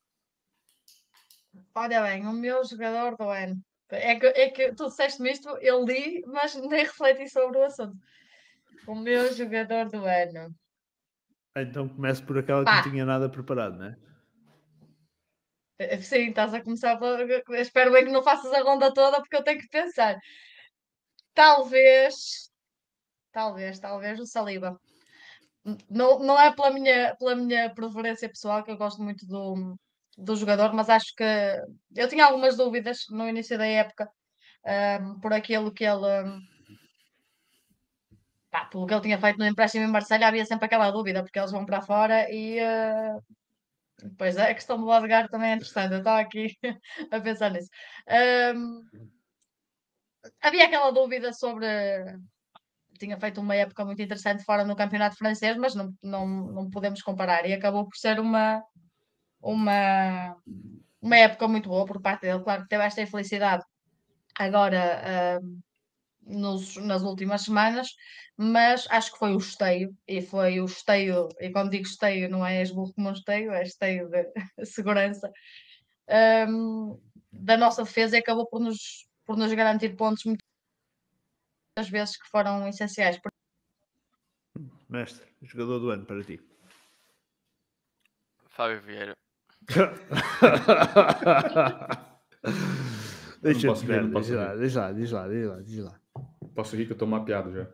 Speaker 4: Olha bem, o meu jogador do ano. É que, é que tu disseste-me isto, eu li, mas nem refleti sobre o assunto. O meu jogador do ano.
Speaker 1: Então começo por aquela que não
Speaker 4: Pá,
Speaker 1: tinha nada preparado, não é?
Speaker 4: eh, sim, estás a começar. Pela... Espero bem que não faças a ronda toda, porque eu tenho que pensar. Talvez, talvez, talvez o Saliba. N- Não, não é pela minha, pela minha preferência pessoal, que eu gosto muito do, do jogador, mas acho que eu tinha algumas dúvidas no início da época, ahm, por aquilo que ele, ahm, pá, pelo que ele tinha feito no empréstimo em Marselha, havia sempre aquela dúvida, porque eles vão para fora e ah, pois é, a questão do Odegaard também é interessante. Eu estava aqui a pensar nisso. Ahm, havia aquela dúvida sobre. Tinha feito uma época muito interessante fora no campeonato francês, mas não, não, não podemos comparar. E acabou por ser uma, uma, uma época muito boa por parte dele. Claro que teve esta infelicidade agora, ahm, nos, nas últimas semanas, mas acho que foi o esteio, e foi o esteio, e quando digo esteio, não é esburro como um esteio, é esteio de segurança, ahm, da nossa defesa, e acabou por nos, por nos garantir pontos muitas vezes que foram essenciais.
Speaker 1: Mestre, jogador do ano para ti.
Speaker 3: Fábio Vieira.
Speaker 2: Eu não
Speaker 1: Deixa
Speaker 2: posso
Speaker 1: de
Speaker 2: rir, não
Speaker 1: merda, diz
Speaker 2: posso
Speaker 1: lá,
Speaker 2: rir.
Speaker 1: diz lá, diz lá, diz lá, diz lá.
Speaker 2: Posso rir que eu tô mapeado já.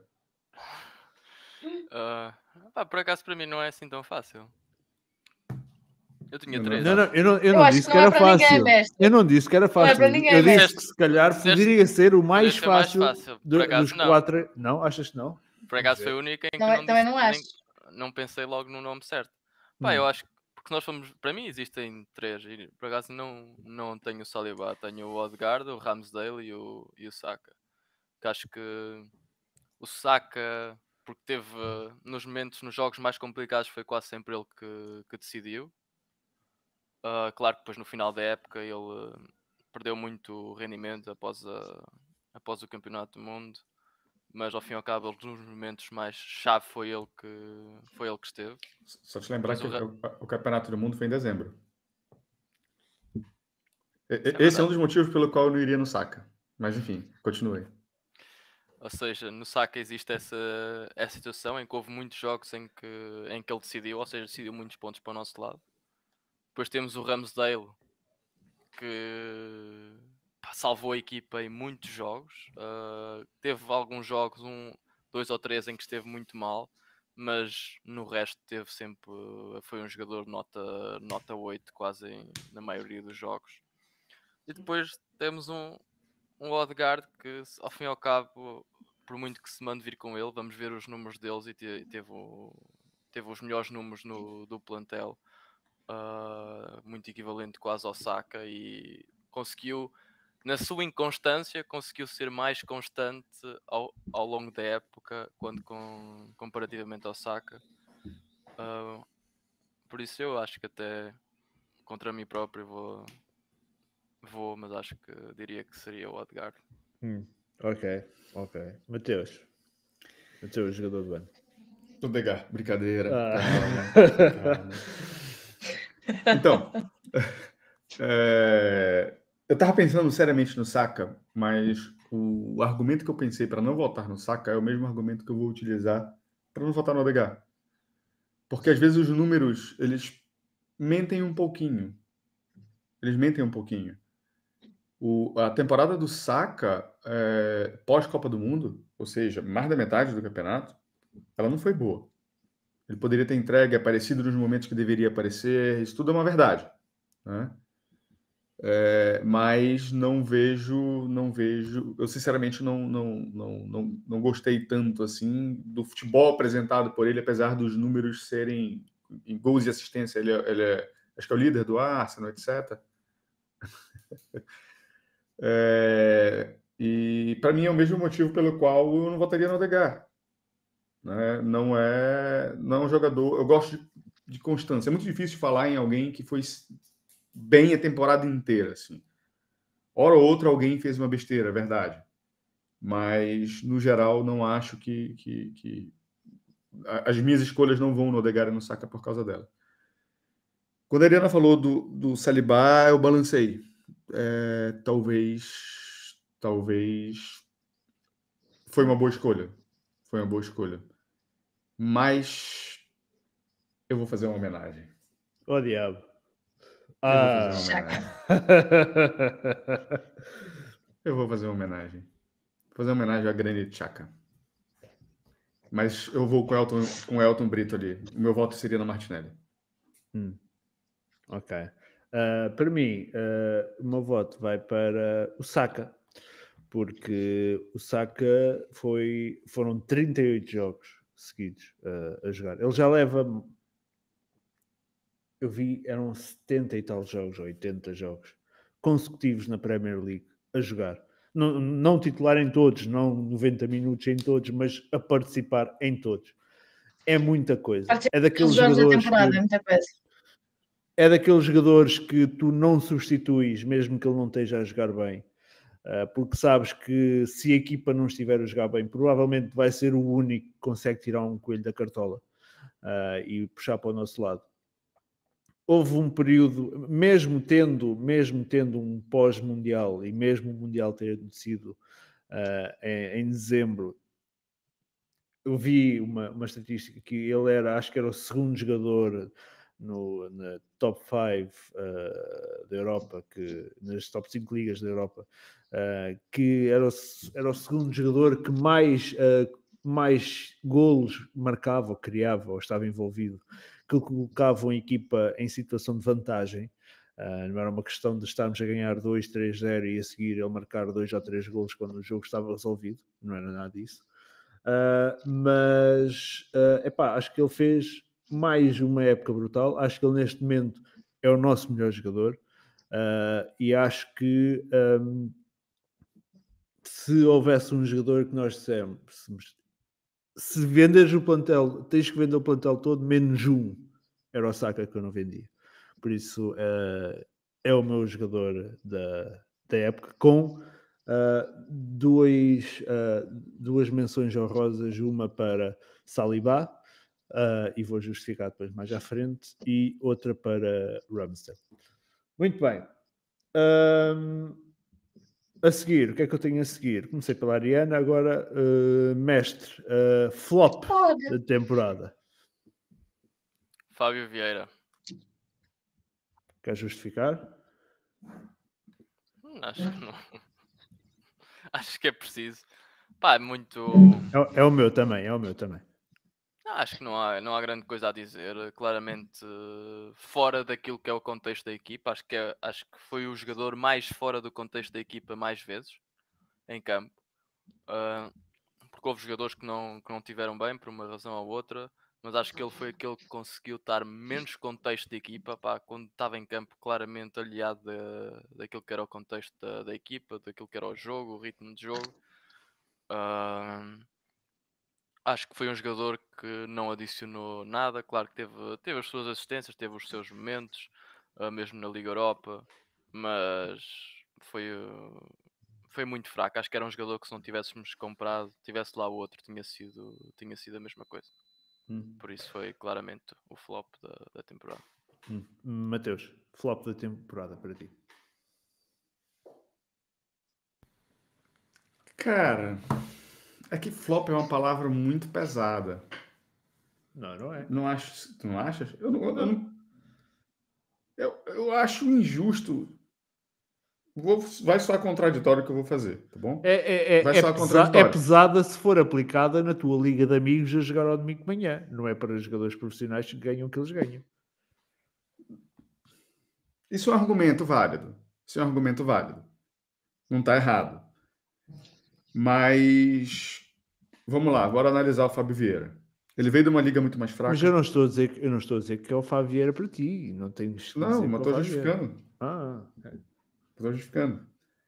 Speaker 3: Ah, pá, por acaso para mim não é assim tão fácil. Eu tinha
Speaker 2: Não, não é
Speaker 3: três.
Speaker 1: Não, não, eu não, eu
Speaker 4: Eu
Speaker 1: não
Speaker 4: acho
Speaker 1: disse
Speaker 4: que
Speaker 1: que
Speaker 4: não é
Speaker 1: era
Speaker 4: para ninguém,
Speaker 1: fácil.
Speaker 4: mestre.
Speaker 1: Eu não disse que era
Speaker 4: Não é para
Speaker 1: fácil.
Speaker 4: ninguém,
Speaker 1: Eu disse
Speaker 4: mestre.
Speaker 1: que se calhar
Speaker 3: Disseste-
Speaker 1: poderia ser o mais
Speaker 3: ser mais
Speaker 1: fácil,
Speaker 3: fácil. Por
Speaker 1: do-
Speaker 3: acaso,
Speaker 1: dos
Speaker 3: não.
Speaker 1: quatro. Não, achas que não?
Speaker 3: Por acaso foi a única em que
Speaker 4: Não
Speaker 3: eu
Speaker 4: é-
Speaker 3: não
Speaker 4: também
Speaker 3: disse,
Speaker 4: não
Speaker 3: nem-
Speaker 4: acho.
Speaker 3: não pensei logo no nome certo. Pá,
Speaker 1: Hum.
Speaker 3: eu acho que porque nós fomos, para mim existem três, e por acaso não, não tenho o Saliba, tenho o Odegaard, o Ramsdale e o, e o Saka. Que acho que o Saka, porque teve eh, nos momentos, nos jogos mais complicados, foi quase sempre ele que, que decidiu. Ah, claro que depois no final da época ele eh, perdeu muito rendimento após, a, após o Campeonato do Mundo, mas ao fim e ao cabo, ele, nos momentos mais chave foi ele que, foi ele que esteve.
Speaker 2: Só te lembrar
Speaker 3: Pois
Speaker 2: que
Speaker 3: o Ra-
Speaker 2: o, o Campeonato do Mundo foi em dezembro. E-
Speaker 3: Isso é
Speaker 2: e- Esse é um
Speaker 3: verdade.
Speaker 2: dos motivos pelo qual eu não iria no Saka. Mas enfim, continue.
Speaker 3: Ou seja, no Saka existe essa, essa situação em que houve muitos jogos em que, em que ele decidiu, ou seja, decidiu muitos pontos para o nosso lado. Depois temos o Ramsdale, que pá, salvou a equipa em muitos jogos. Uh, teve alguns jogos, um, dois ou três, em que esteve muito mal, mas no resto teve sempre. Foi um jogador nota, nota oito, quase em, na maioria dos jogos. E depois temos um, um Odegaard que, ao fim e ao cabo, por muito que se mande vir com ele, vamos ver os números deles e te, teve, o, teve os melhores números no, do plantel. Uh, muito equivalente quase ao Saka, e conseguiu, na sua inconstância, conseguiu ser mais constante ao, ao longo da época quando com, comparativamente ao Saka. Uh, por isso eu acho que até contra mim próprio vou, vou mas acho que diria que seria o Odegaard.
Speaker 1: Hum, ok, ok. Mateus. Mateus, jogador do ano.
Speaker 2: Odegaard, brincadeira.
Speaker 1: Ah.
Speaker 2: Calma, calma. Então, é, eu tava pensando seriamente no Saka, mas o argumento que eu pensei para não votar no Saka é o mesmo argumento que eu vou utilizar para não votar no Odegaard. Porque às vezes os números, eles mentem um pouquinho. Eles mentem um pouquinho. O, a temporada do Saka, é, pós-Copa do Mundo, ou seja, mais da metade do campeonato, ela não foi boa. Ele poderia ter entregue, aparecido nos momentos que deveria aparecer, isso tudo é uma verdade, né? É, mas não vejo, não vejo, eu sinceramente não, não, não, não, não gostei tanto assim do futebol apresentado por ele, apesar dos números serem em gols e assistência, ele é, ele é acho que é o líder do Arsenal, etcétera. É, e para mim é o mesmo motivo pelo qual eu não votaria no Odegaard. Né? Não é, não é um jogador. Eu gosto de, de constância. É muito difícil falar em alguém que foi bem a temporada inteira. Assim. Hora ou outra alguém fez uma besteira, é verdade. Mas, no geral, não acho que, que, que as minhas escolhas não vão no Odegaard e no Saka por causa dela. Quando a Ariana falou do, do Saliba, eu balancei. É, talvez, talvez foi uma boa escolha. Foi uma boa escolha. Mas eu vou fazer uma homenagem.
Speaker 1: Ó oh, diabo.
Speaker 2: Eu vou fazer
Speaker 1: Ah.
Speaker 2: uma homenagem. Eu vou fazer uma homenagem. Vou fazer uma homenagem à grande Xhaka. Mas eu vou com o Elton, com o Elton Brito ali. O meu voto seria na Martinelli.
Speaker 1: Hum. Ok. Uh, para mim, uh, o meu voto vai para o Saka, porque o Saka foi, foram trinta e oito jogos seguidos uh, a jogar. Ele já leva, eu vi, eram setenta e tal jogos, ou oitenta jogos consecutivos na Premier League a jogar. Não, não titular em todos, não noventa minutos em todos, mas a participar em todos. É muita coisa. É daqueles jogadores que...
Speaker 4: É muita coisa.
Speaker 1: É daqueles jogadores que tu não substituis, mesmo que ele não esteja a jogar bem, porque sabes que se a equipa não estiver a jogar bem, provavelmente vai ser o único que consegue tirar um coelho da cartola e puxar para o nosso lado. Houve um período, mesmo tendo, mesmo tendo um pós-mundial e mesmo o mundial ter sido em, em dezembro, eu vi uma, uma estatística que ele era, acho que era o segundo jogador no, na top cinco uh, da Europa, que, nas top cinco ligas da Europa, uh, que era o, era o segundo jogador que mais, uh, mais golos marcava, ou criava, ou estava envolvido, que colocava a equipa em situação de vantagem. Uh, não era uma questão de estarmos a ganhar dois, três, zero e a seguir ele marcar dois ou três golos quando o jogo estava resolvido. Não era nada disso. Uh, mas uh, epá, acho que ele fez mais uma época brutal. Acho que ele neste momento é o nosso melhor jogador uh, e acho que um, se houvesse um jogador que nós dissemos, se venderes o plantel, tens que vender o plantel todo menos um, era o Saka que eu não vendia. Por isso uh, é o meu jogador da, da época, com Uh, dois, uh, duas menções honrosas, uma para Saliba, uh, e vou justificar depois mais à frente, e outra para Ramsdale. Muito bem. Um, a seguir, o que é que eu tenho a seguir? Comecei pela Ariana, agora uh, mestre, uh, flop da temporada.
Speaker 3: Fábio Vieira.
Speaker 1: Quer justificar?
Speaker 3: Hum, acho que não. Acho que é preciso. Pá, é muito.
Speaker 1: É, é o meu também, é o meu também.
Speaker 3: Acho que não há, não há grande coisa a dizer. Claramente fora daquilo que é o contexto da equipa. Acho que, é, acho que foi o jogador mais fora do contexto da equipa mais vezes em campo. Uh, porque houve jogadores que não, que não tiveram bem por uma razão ou outra. Mas acho que ele foi aquele que conseguiu estar menos contexto de equipa. Pá, quando estava em campo, claramente aliado de, daquilo que era o contexto da, da equipa, daquilo que era o jogo, o ritmo de jogo. Uh, acho que foi um jogador que não adicionou nada. Claro que teve, teve as suas assistências, teve os seus momentos, uh, mesmo na Liga Europa, mas foi, uh, foi muito fraco. Acho que era um jogador que, se não tivéssemos comprado, tivesse lá o outro, tinha sido, tinha sido a mesma coisa. Hum. Por isso foi claramente o flop da, da temporada.
Speaker 1: Hum. Mateus, flop da temporada para ti.
Speaker 2: Cara, é que flop é uma palavra muito pesada.
Speaker 1: Não, não é.
Speaker 2: Não acho, tu não achas? Eu, não, eu, não, eu, eu acho injusto. Vou, vai soar contraditório o que eu vou fazer, tá bom?
Speaker 1: É, é,
Speaker 2: Vai
Speaker 1: é, é,
Speaker 2: soar
Speaker 1: pesa, é
Speaker 2: contraditório.
Speaker 1: pesada se for aplicada na tua liga de amigos a jogar ao domingo de manhã. Não é para jogadores profissionais que ganham o que eles ganham.
Speaker 2: Isso é um argumento válido. Isso é um argumento válido. Não está errado. Mas vamos lá, bora analisar o Fábio Vieira. Ele veio de uma liga muito mais fraca.
Speaker 1: Mas eu não estou a dizer que, eu não estou a dizer que é o Fábio Vieira para ti. Não tens que
Speaker 2: Não,
Speaker 1: dizer
Speaker 2: mas
Speaker 1: que é o
Speaker 2: estou
Speaker 1: Fábio
Speaker 2: justificando.
Speaker 1: Vieira. Ah, é.
Speaker 2: Estou justificando.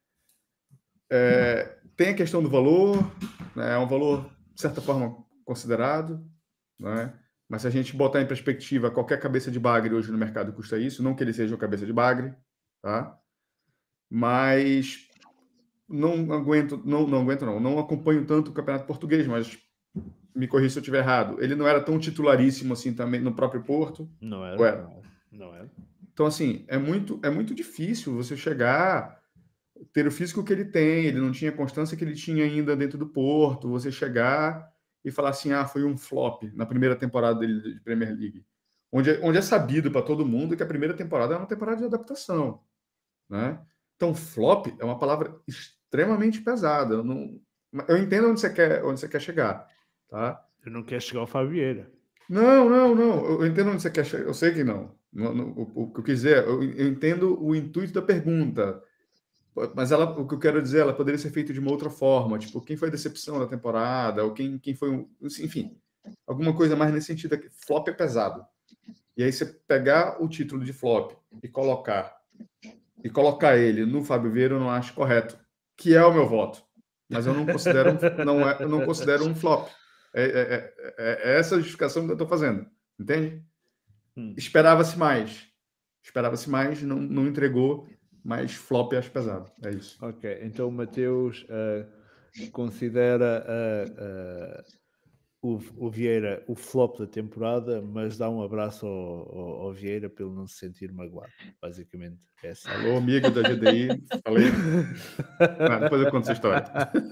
Speaker 2: É, tem a questão do valor, né? É um valor, de certa forma, considerado, né? Mas se a gente botar em perspectiva, qualquer cabeça de bagre hoje no mercado custa isso, não que ele seja uma cabeça de bagre, tá? Mas não aguento, não, não aguento não, não acompanho tanto o Campeonato Português, mas me corrija se eu estiver errado. Ele não era tão titularíssimo assim também no próprio Porto?
Speaker 1: Não era.
Speaker 2: Ou era?
Speaker 1: Não era.
Speaker 2: Então, assim, é muito, é muito difícil você chegar, ter o físico que ele tem, ele não tinha a constância que ele tinha ainda dentro do Porto, você chegar e falar assim, ah, foi um flop na primeira temporada dele de Premier League. Onde é, onde é sabido para todo mundo que a primeira temporada é uma temporada de adaptação, né? Então, flop é uma palavra extremamente pesada. Eu, não, eu entendo onde você quer, onde você quer chegar, tá?
Speaker 1: Eu não quero chegar ao Fábio Vieira.
Speaker 2: Não, não, não. Eu entendo onde você quer chegar. Eu sei que não. não, não o, o que eu quis dizer, eu, eu entendo o intuito da pergunta. Mas ela, o que eu quero dizer, ela poderia ser feita de uma outra forma. Tipo, quem foi a decepção da temporada? Ou quem, quem foi um. Enfim, alguma coisa mais nesse sentido. Aqui. Flop é pesado. E aí você pegar o título de flop e colocar e colocar ele no Fábio Vieira, eu não acho correto. Que é o meu voto. Mas eu não considero um, não é, eu não considero um flop. É, é, é, é essa a justificação que eu estou fazendo. Entende? Hum. Esperava-se mais. Esperava-se mais, não, não entregou, mas flop acho pesado. É isso.
Speaker 1: Ok, então o Mateus uh, considera uh, uh, o, o Vieira o flop da temporada, mas dá um abraço ao, ao, ao Vieira para ele não se sentir magoado. Basicamente, é assim.
Speaker 2: Alô, amigo da G D I. Falei. Ah, depois eu conto essa história.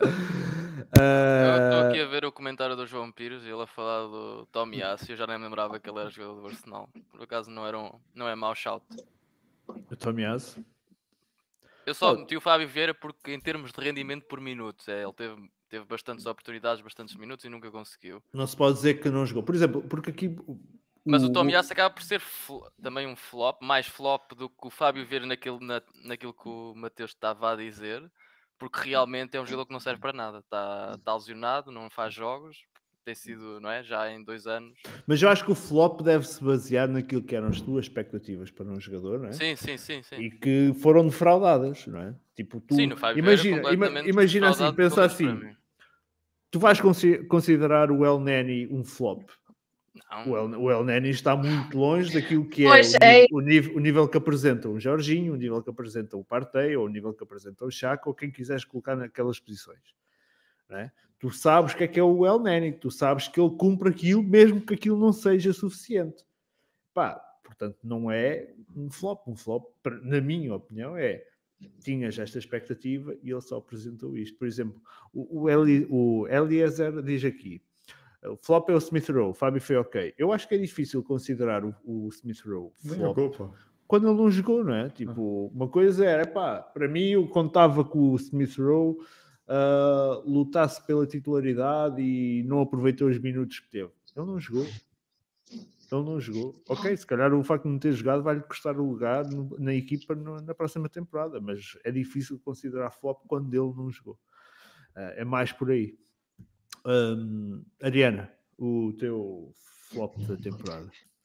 Speaker 3: Eu estou aqui a ver o comentário do João Pires e ele a falar do Tomiyasu. Eu já nem me lembrava que ele era jogador do Arsenal. Por acaso não, era um, não é mau shout.
Speaker 1: O Tomiyasu?
Speaker 3: Eu só oh. meti o Fábio Vieira porque em termos de rendimento por minutos, é, ele teve, teve bastantes oportunidades, bastantes minutos e nunca conseguiu.
Speaker 1: Não se pode dizer que não jogou. Por exemplo, porque aqui... O,
Speaker 3: Mas o Tomiyasu acaba por ser também um flop, mais flop do que o Fábio Vieira naquilo, na, naquilo que o Mateus estava a dizer, porque realmente é um jogador que não serve para nada. Está, está lesionado, não faz jogos, tem sido, não é? Já em dois anos.
Speaker 1: Mas eu acho que o flop deve-se basear naquilo que eram as tuas expectativas para um jogador, não é?
Speaker 3: Sim, sim, sim, sim.
Speaker 1: E que foram defraudadas, não é? Tipo, tu...
Speaker 3: Sim, no Fábio
Speaker 1: imagina,
Speaker 3: Vieira completamente
Speaker 1: imagina assim, pensa assim, tu vais considerar o El Neni um flop? Não. O, El, o El Neni está muito longe daquilo que é,
Speaker 4: pois
Speaker 1: o,
Speaker 4: é.
Speaker 1: O, nível, o nível que apresenta o Jorginho, o nível que apresenta o Partey, ou o nível que apresenta o Xhaka, ou quem quiseres colocar naquelas posições. Não é? Tu sabes que é que é o El Neni, tu sabes que ele cumpre aquilo, mesmo que aquilo não seja suficiente. Pá, portanto, não é um flop. Um flop, na minha opinião, é tinhas esta expectativa e ele só apresentou isto. Por exemplo, o, o, Eli, o Eliezer diz aqui, o flop é o Smith Rowe, o Fábio foi ok. Eu acho que é difícil considerar o, o Smith Rowe flop
Speaker 2: jogou, pô.
Speaker 1: Quando ele não jogou, não é? Tipo, ah. uma coisa era, pá, para mim eu contava com o Smith Rowe uh, lutasse pela titularidade e não aproveitou os minutos que teve. Ele não jogou. Ele não jogou. Ok, se calhar o facto de não ter jogado vai-lhe custar o lugar no, na equipa no, na próxima temporada, mas é difícil considerar flop quando ele não jogou. Uh, é mais por aí. Um, Ariana, o teu flop da temporada.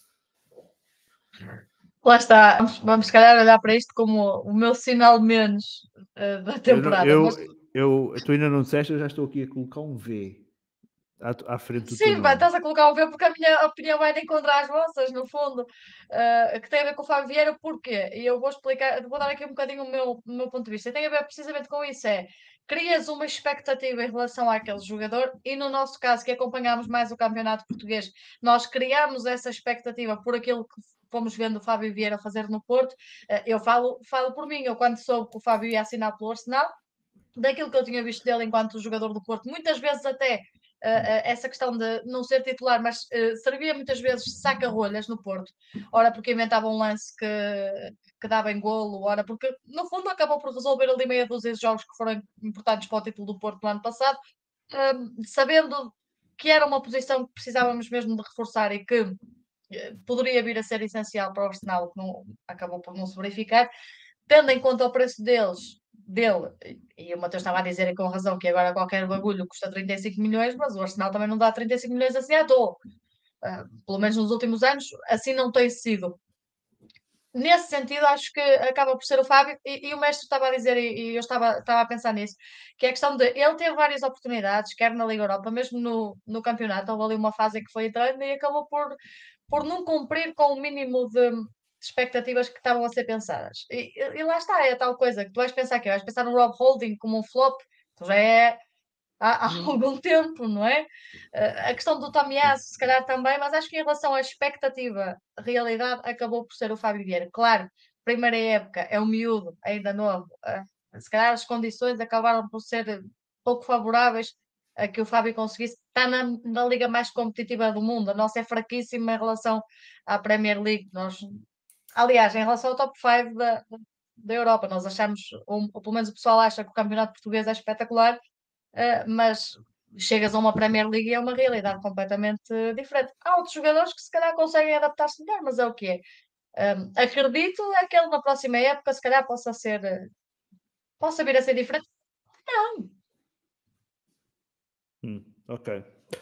Speaker 4: Lá está, vamos, vamos se calhar olhar para isto como o meu sinal menos uh, da temporada.
Speaker 1: Eu, eu,
Speaker 4: mas...
Speaker 1: eu, tu ainda não disseste, eu já estou aqui a colocar um V à, à frente do
Speaker 4: Sim, vai, estás a colocar um V porque a minha opinião vai de encontrar as vossas, no fundo, uh, que tem a ver com o Fábio Vieira, porquê? E eu vou explicar, vou dar aqui um bocadinho o meu, o meu ponto de vista. E tem a ver precisamente com isso, é crias uma expectativa em relação àquele jogador e no nosso caso, que acompanhamos mais o campeonato português, nós criamos essa expectativa por aquilo que fomos vendo o Fábio Vieira fazer no Porto. Uh, eu falo, falo por mim, eu quando soube que o Fábio ia assinar pelo Arsenal, daquilo que eu tinha visto dele enquanto jogador do Porto, muitas vezes até uh, uh, essa questão de não ser titular, mas uh, servia muitas vezes saca-rolhas no Porto, ora porque inventava um lance que, que dava em golo, ora porque no fundo acabou por resolver ali meia dúzia de jogos que foram importantes para o título do Porto no ano passado, uh, sabendo que era uma posição que precisávamos mesmo de reforçar e que poderia vir a ser essencial para o Arsenal, que não, acabou por não se verificar, tendo em conta o preço deles, dele, e o Matheus estava a dizer com razão que agora qualquer bagulho custa trinta e cinco milhões, mas o Arsenal também não dá trinta e cinco milhões assim à toa. Uh, pelo menos nos últimos anos, assim não tem sido. Nesse sentido, acho que acaba por ser o Fábio, e, e o mestre estava a dizer, e, e eu estava, estava a pensar nisso, que é a questão de ele ter várias oportunidades, quer na Liga Europa, mesmo no, no campeonato, houve ali uma fase em que foi entrando e acabou por, por não cumprir com o mínimo de expectativas que estavam a ser pensadas. E, e lá está, é a tal coisa, que tu vais pensar que vais pensar no Rob Holding como um flop, tu já é há, há algum tempo, não é? Uh, a questão do Tomiyasu, se calhar também, mas acho que em relação à expectativa, a realidade acabou por ser o Fábio Vieira. Claro, primeira época, é um miúdo, ainda novo, uh, se calhar as condições acabaram por ser pouco favoráveis a que o Fábio conseguisse estar na, na liga mais competitiva do mundo. A nossa é fraquíssima em relação à Premier League. Nós, aliás, em relação ao top cinco da, da Europa, nós achamos, ou, ou pelo menos o pessoal acha que o campeonato português é espetacular, Uh, mas chegas a uma Premier League e é uma realidade completamente diferente. Há outros jogadores que se calhar conseguem adaptar-se melhor, mas é o que é. Um, acredito é que ele na próxima época se calhar possa ser uh, possa vir a ser diferente. Não.
Speaker 1: Hum, ok.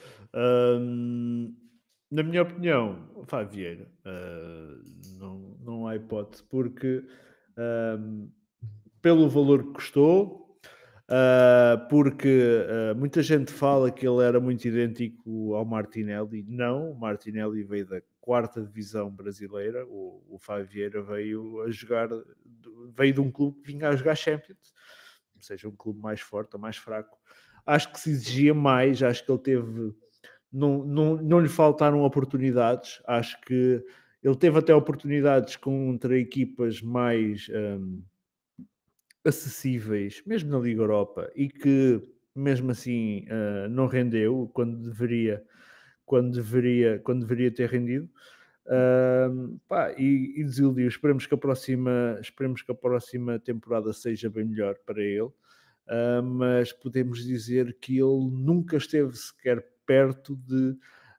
Speaker 1: Um, na minha opinião, o Fábio Vieira, uh, não, não há hipótese, porque um, pelo valor que custou, Uh, porque uh, muita gente fala que ele era muito idêntico ao Martinelli. Não, o Martinelli veio da quarta divisão brasileira, o, o Fábio Vieira veio a jogar, veio de um clube que vinha a jogar Champions, ou seja, um clube mais forte ou mais fraco. Acho que se exigia mais, acho que ele teve, não, não, não lhe faltaram oportunidades, acho que ele teve até oportunidades contra equipas mais... Um, acessíveis, mesmo na Liga Europa, e que mesmo assim uh, não rendeu quando deveria, quando deveria, quando deveria ter rendido. Uh, pá, e, e desiludiu. Esperemos que a próxima, esperemos que a próxima temporada seja bem melhor para ele, uh, mas podemos dizer que ele nunca esteve sequer perto de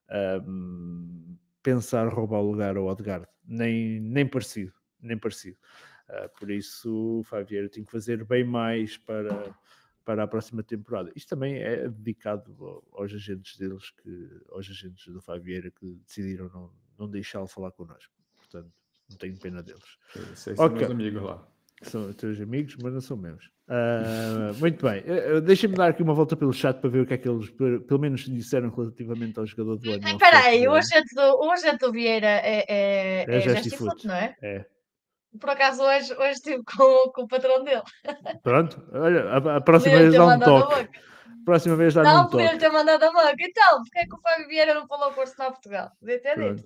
Speaker 1: uh, pensar roubar o lugar ao Odegaard, nem, nem parecido, nem parecido. Uh, por isso o Fábio Vieira tem que fazer bem mais para, para a próxima temporada. Isto também é dedicado aos agentes deles, que, aos agentes do Fábio Vieira, que decidiram não, não deixá-lo falar connosco. Portanto, não tenho pena deles.
Speaker 2: Esses são okay. meus amigos lá.
Speaker 1: São teus amigos, mas não são meus. Uh, muito bem. Uh, Deixa-me dar aqui uma volta pelo chat para ver o que é que eles, pelo menos, disseram relativamente ao jogador do ano.
Speaker 4: Espera aí, o agente do, o agente do Vieira é, é, é, é Gestifoot, não é?
Speaker 1: É.
Speaker 4: Por acaso hoje, hoje estive com, com o patrão dele.
Speaker 1: Pronto, olha, a, a próxima vez dá um toque. Próxima vez dá um toque.
Speaker 4: Não, podia ter mandado a banca. Então, porque é que o Fábio Vieira não falou com o Arsenal Portugal? Podia ter dito.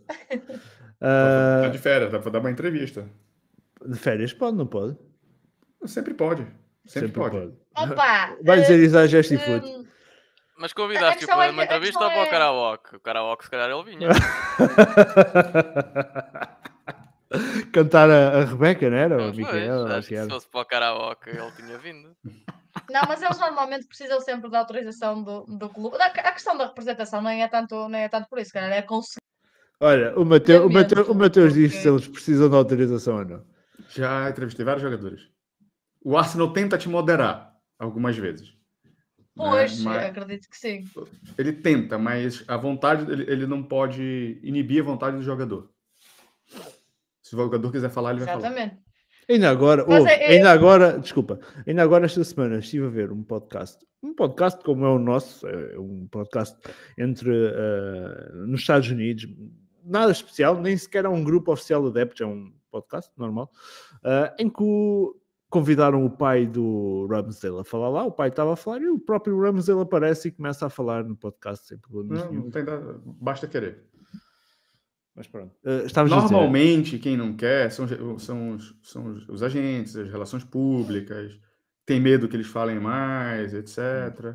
Speaker 2: Está uh... de férias, dá para dar uma entrevista.
Speaker 1: De férias pode, não pode?
Speaker 2: Sempre pode. Sempre, Sempre pode.
Speaker 1: pode.
Speaker 4: Opa,
Speaker 1: vai dizer isso à Gestifoot.
Speaker 3: Um... Mas convidaste-o para é uma entrevista ou para é... o karaoke? O karaoke, se calhar, ele vinha.
Speaker 1: Cantar a, a Rebeca, não era?
Speaker 3: Não,
Speaker 1: o Miquel,
Speaker 3: pois, acho que se fosse para o karaoke ele tinha vindo.
Speaker 4: Não, mas eles normalmente precisam sempre da autorização do, do clube. A questão da representação nem é tanto, nem é tanto por isso, cara, é conseguir.
Speaker 1: Olha, o Mateus, o Mateus, o Mateus porque... diz se eles precisam de autorização ou não.
Speaker 2: Já entrevistei vários jogadores. O Arsenal tenta te moderar algumas vezes.
Speaker 4: Pois, né? Mas acredito que sim.
Speaker 2: Ele tenta, mas a vontade, ele, ele não pode inibir a vontade do jogador. Se o jogador quiser falar, ele
Speaker 4: Exatamente.
Speaker 2: vai falar.
Speaker 1: Exatamente. Ainda agora, oh, é, ainda é... agora, desculpa, ainda agora esta semana estive a ver um podcast, um podcast como é o nosso, é um podcast entre uh, nos Estados Unidos, nada especial, nem sequer é um grupo oficial de adeptos, é um podcast normal, uh, em que o, convidaram o pai do Ramsdale a falar lá, o pai estava a falar e o próprio Ramsdale aparece e começa a falar no podcast sem problema
Speaker 2: nenhum. Não tem nada, basta querer.
Speaker 1: Mas pronto. Uh,
Speaker 2: Normalmente, quem não quer são, são, os, são os agentes, as relações públicas, tem medo que eles falem mais, etcétera.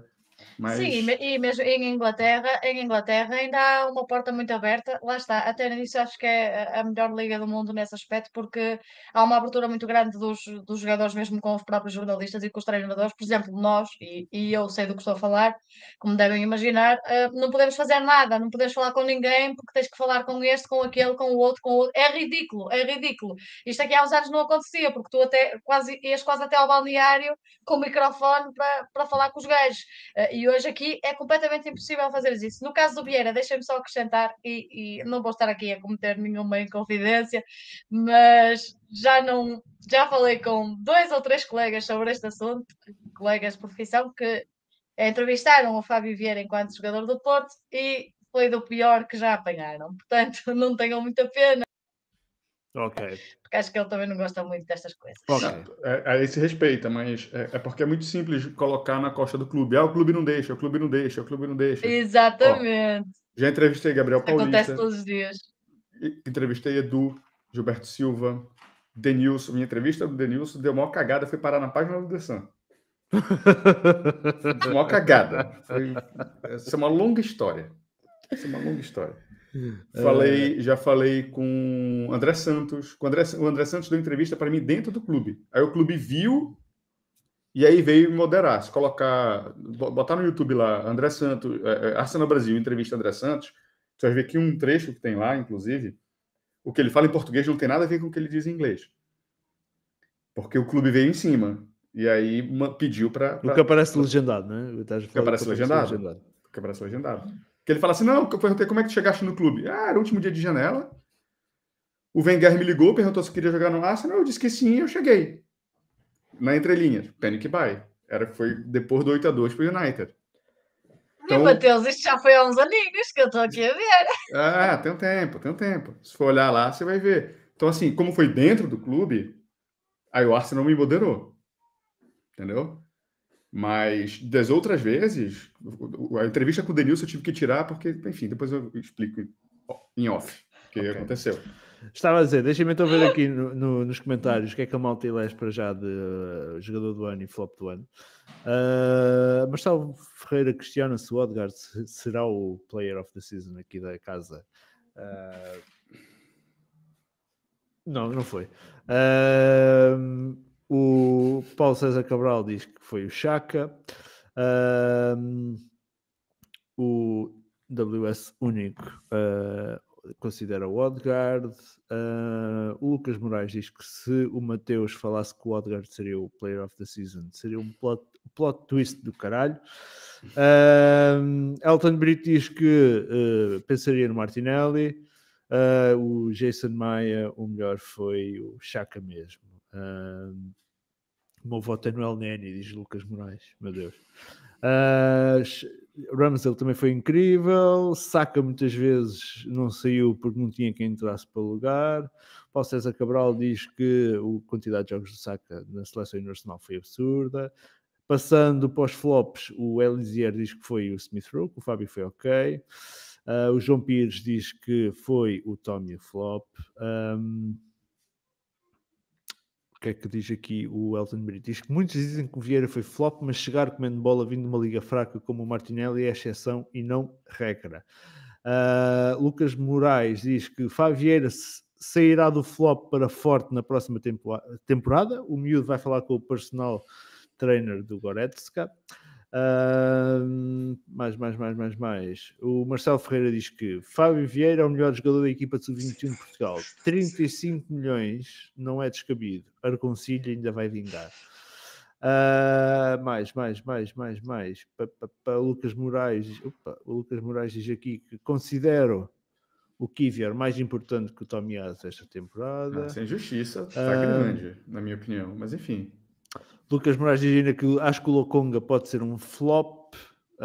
Speaker 2: Mas...
Speaker 4: Sim, e mesmo em Inglaterra, em Inglaterra ainda há uma porta muito aberta, lá está, até nisso acho que é a melhor liga do mundo nesse aspecto, porque há uma abertura muito grande dos, dos jogadores mesmo com os próprios jornalistas e com os treinadores, por exemplo, nós, e, e eu sei do que estou a falar, como devem imaginar, uh, não podemos fazer nada, não podemos falar com ninguém, porque tens que falar com este, com aquele, com o outro, com o outro, é ridículo, é ridículo. Isto aqui há uns anos não acontecia, porque tu até quase ias quase até ao balneário com o microfone para, para falar com os gajos. Uh, e hoje aqui é completamente impossível fazer isso. No caso do Vieira, deixem-me só acrescentar, e, e não vou estar aqui a cometer nenhuma inconfidência, mas já não já falei com dois ou três colegas sobre este assunto, colegas de profissão, que entrevistaram o Fábio Vieira enquanto jogador do Porto e foi do pior que já apanharam. Portanto, não tenham muita pena.
Speaker 1: Ok.
Speaker 4: Porque acho que ele também não gosta muito destas coisas.
Speaker 1: Ok.
Speaker 2: Não, é, é, se respeita, mas é, é porque é muito simples colocar na costa do clube. Ah, o clube não deixa, o clube não deixa, o clube não deixa.
Speaker 4: Exatamente.
Speaker 2: Ó, já entrevistei Gabriel
Speaker 4: Isso acontece
Speaker 2: Paulista.
Speaker 4: todos os dias.
Speaker 2: Entrevistei Edu, Gilberto Silva, Denilson. Minha entrevista do Denilson deu uma cagada, foi parar na página do The Sun. Uma cagada. Foi... Essa é uma longa história. Essa é uma longa história. Falei, já falei com o André Santos. Com o, André, o André Santos deu entrevista para mim dentro do clube. Aí o clube viu e aí veio moderar. Se colocar, botar no YouTube lá, André Santos, é, Arsenal Brasil, entrevista André Santos, você vai ver que um trecho que tem lá, inclusive, o que ele fala em português não tem nada a ver com o que ele diz em inglês. Porque o clube veio em cima. E aí pediu para...
Speaker 1: O que aparece legendado, não é?
Speaker 2: O que aparece legendado. O que aparece legendado. Que ele fala assim, não, eu perguntei como é que tu chegaste no clube. Ah, era o último dia de janela. O Wenger me ligou, perguntou se queria jogar no Arsenal. Eu disse que sim, eu cheguei. Na entrelinha, panic buy. Era, foi depois do oito a dois para o United.
Speaker 4: Então, e Matheus, isto já foi há uns aninhos que eu estou aqui a ver.
Speaker 2: Ah, tem um tempo, tem um tempo. Se for olhar lá, você vai ver. Então, assim, como foi dentro do clube, aí o Arsenal me moderou. Entendeu? Mas das outras vezes, a entrevista com o Denilson eu tive que tirar, porque, enfim, depois eu explico em off o que okay. aconteceu.
Speaker 1: Estava a dizer, deixem-me então ver aqui no, no, nos comentários o que é que a malta elege para já de uh, jogador do ano e flop do ano. Uh, Marcelo Ferreira questiona se o Odegaard será o player of the season aqui da casa. Uh, não, não foi. Uh, o Paulo César Cabral diz que foi o Xhaka. Uh, o W S Único uh, considera o Odegaard. Uh, o Lucas Moraes diz que se o Mateus falasse que o Odegaard seria o player of the season, seria um plot, plot twist do caralho. Uh, Elton Brito diz que uh, pensaria no Martinelli. Uh, o Jason Maia, o melhor foi o Xhaka mesmo. Uh, o meu voto é no El Neni, diz Lucas Moraes. Meu Deus. Uh, Ramsdale também foi incrível. Saka muitas vezes não saiu porque não tinha quem entrasse para o lugar. Paulo César Cabral diz que a quantidade de jogos do Saka na seleção internacional foi absurda. Passando para os flops, o Elisier diz que foi o Smith Rowe, o Fábio foi ok. Uh, o João Pires diz que foi o Tommy flop. Um, o que é que diz aqui o Elton Brito? Diz que muitos dizem que o Vieira foi flop, mas chegar comendo bola vindo de uma liga fraca como o Martinelli é exceção e não regra. Uh, Lucas Moraes diz que Fábio Vieira sairá do flop para forte na próxima temporada. O miúdo vai falar com o personal trainer do Goretzka. Uh, mais, mais, mais, mais, mais. O Marcelo Ferreira diz que Fábio Vieira é o melhor jogador da equipa de sub vinte e um de Portugal. trinta e cinco milhões não é descabido. Arconcilho ainda vai vingar. Uh, mais, mais, mais, mais, mais. Para Lucas Moraes, opa, o Lucas Moraes diz aqui que considero o Kivior mais importante que o Tomiyasu esta temporada.
Speaker 2: Ah, sem justiça, está uh, grande, na minha opinião, mas enfim.
Speaker 1: Lucas Moraes diz ainda que acho que o Lokonga pode ser um flop.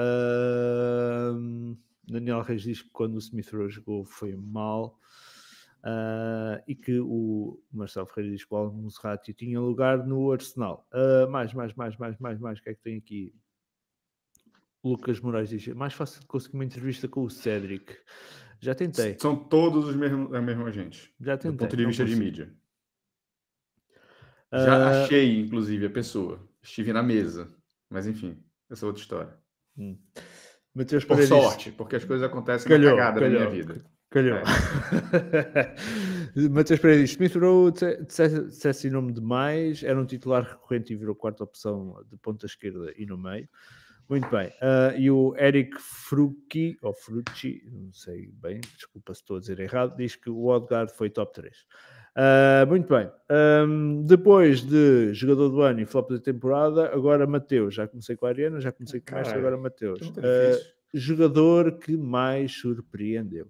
Speaker 1: Uh, Daniel Reis diz que quando o Smith Rowe jogou foi mal. Uh, e que o Marcelo Ferreira diz que o Al-Musrati tinha lugar no Arsenal. Uh, mais, mais, mais, mais, mais, mais. O que é que tem aqui? O Lucas Moraes diz mais fácil de conseguir uma entrevista com o Cédric. Já tentei.
Speaker 2: São todos os mesmos, a mesma gente.
Speaker 1: Já tentei.
Speaker 2: Do ponto de vista de
Speaker 1: consigo.
Speaker 2: mídia. Já uh... achei, inclusive, a pessoa. Estive na mesa. Mas, enfim, essa é outra história.
Speaker 1: Hum. Mateus
Speaker 2: Por
Speaker 1: Pereira diz-
Speaker 2: sorte, porque as coisas acontecem
Speaker 1: Calhou,
Speaker 2: na cagada
Speaker 1: calhou.
Speaker 2: da minha vida.
Speaker 1: Calhou.
Speaker 2: É.
Speaker 1: Matheus Pereira diz: Smith Rowe dissesse nome demais, era um titular recorrente e virou quarta opção de ponta esquerda e no meio. Muito bem. Uh, e o Eric Frucci, ou Frucci, não sei bem, desculpa se estou a dizer errado, diz que o Odegaard foi top três. Uh, muito bem. Um, depois de jogador do ano e flop da temporada, agora Mateus. Já comecei com a Ariana, já comecei com o Mestre, agora Mateus.
Speaker 2: Pergunta
Speaker 1: Uh,
Speaker 2: difícil.
Speaker 1: jogador que mais surpreendeu.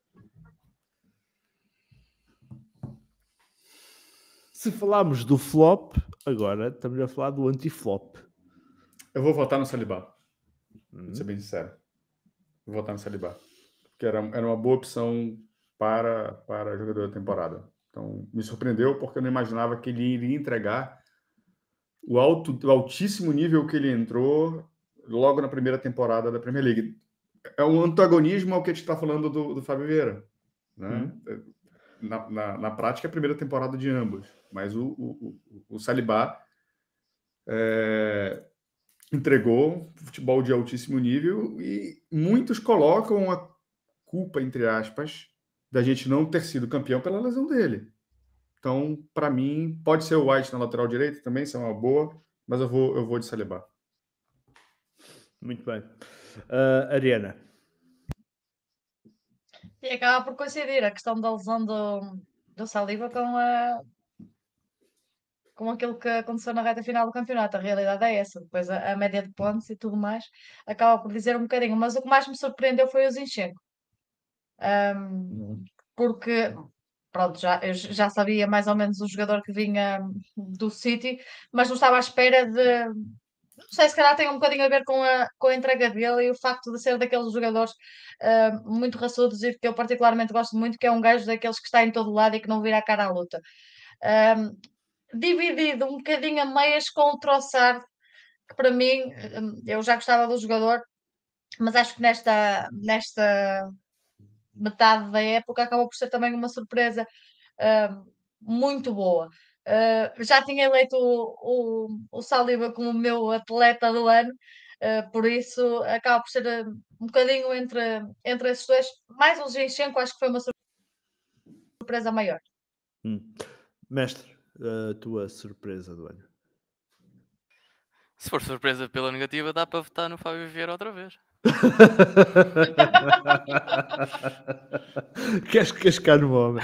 Speaker 1: Se falarmos do flop, agora estamos a falar do anti-flop.
Speaker 2: Eu vou votar no Saliba.
Speaker 1: Hum.
Speaker 2: Vou ser bem sincero. Vou votar no Saliba. Porque era, era uma boa opção para, para jogador da temporada. Então, me surpreendeu porque eu não imaginava que ele iria entregar o, alto, o altíssimo nível que ele entrou logo na primeira temporada da Premier League. É um antagonismo ao que a gente está falando do, do Fábio Vieira. Né?
Speaker 1: Hum.
Speaker 2: Na, na, na prática, é a primeira temporada de ambos. Mas o, o, o, o Saliba é, entregou futebol de altíssimo nível e muitos colocam a culpa, entre aspas, da gente não ter sido campeão pela lesão dele. Então, para mim, pode ser o White na lateral direita também, isso é uma boa, mas eu vou, eu vou de Saliba.
Speaker 1: Muito bem. Uh, Ariana.
Speaker 4: E acaba por coincidir a questão da lesão do, do Saliba com, a, com aquilo que aconteceu na reta final do campeonato. A realidade é essa. Depois a, a média de pontos e tudo mais acaba por dizer um bocadinho. Mas o que mais me surpreendeu foi o Zinchenko. Um, porque, pronto, já, eu já sabia mais ou menos o jogador que vinha do City, mas não estava à espera de... Não sei, se calhar tem um bocadinho a ver com a, com a entrega dele e o facto de ser daqueles jogadores uh, muito raçudos e que eu particularmente gosto muito, que é um gajo daqueles que está em todo lado e que não vira a cara à luta. Um, dividido um bocadinho a meias com o Trossard, que para mim, um, eu já gostava do jogador, mas acho que nesta, nesta metade da época acabou por ser também uma surpresa uh, muito boa. Uh, já tinha eleito o, o, o Saliba como o meu atleta do ano, uh, por isso acaba por ser uh, um bocadinho entre, entre esses dois. Mais o Zinchenko, acho que foi uma surpresa maior.
Speaker 1: Hum. Mestre, a tua surpresa do ano.
Speaker 3: Se for surpresa pela negativa, dá para votar no Fábio Vieira outra vez.
Speaker 1: Queres cascar no homem?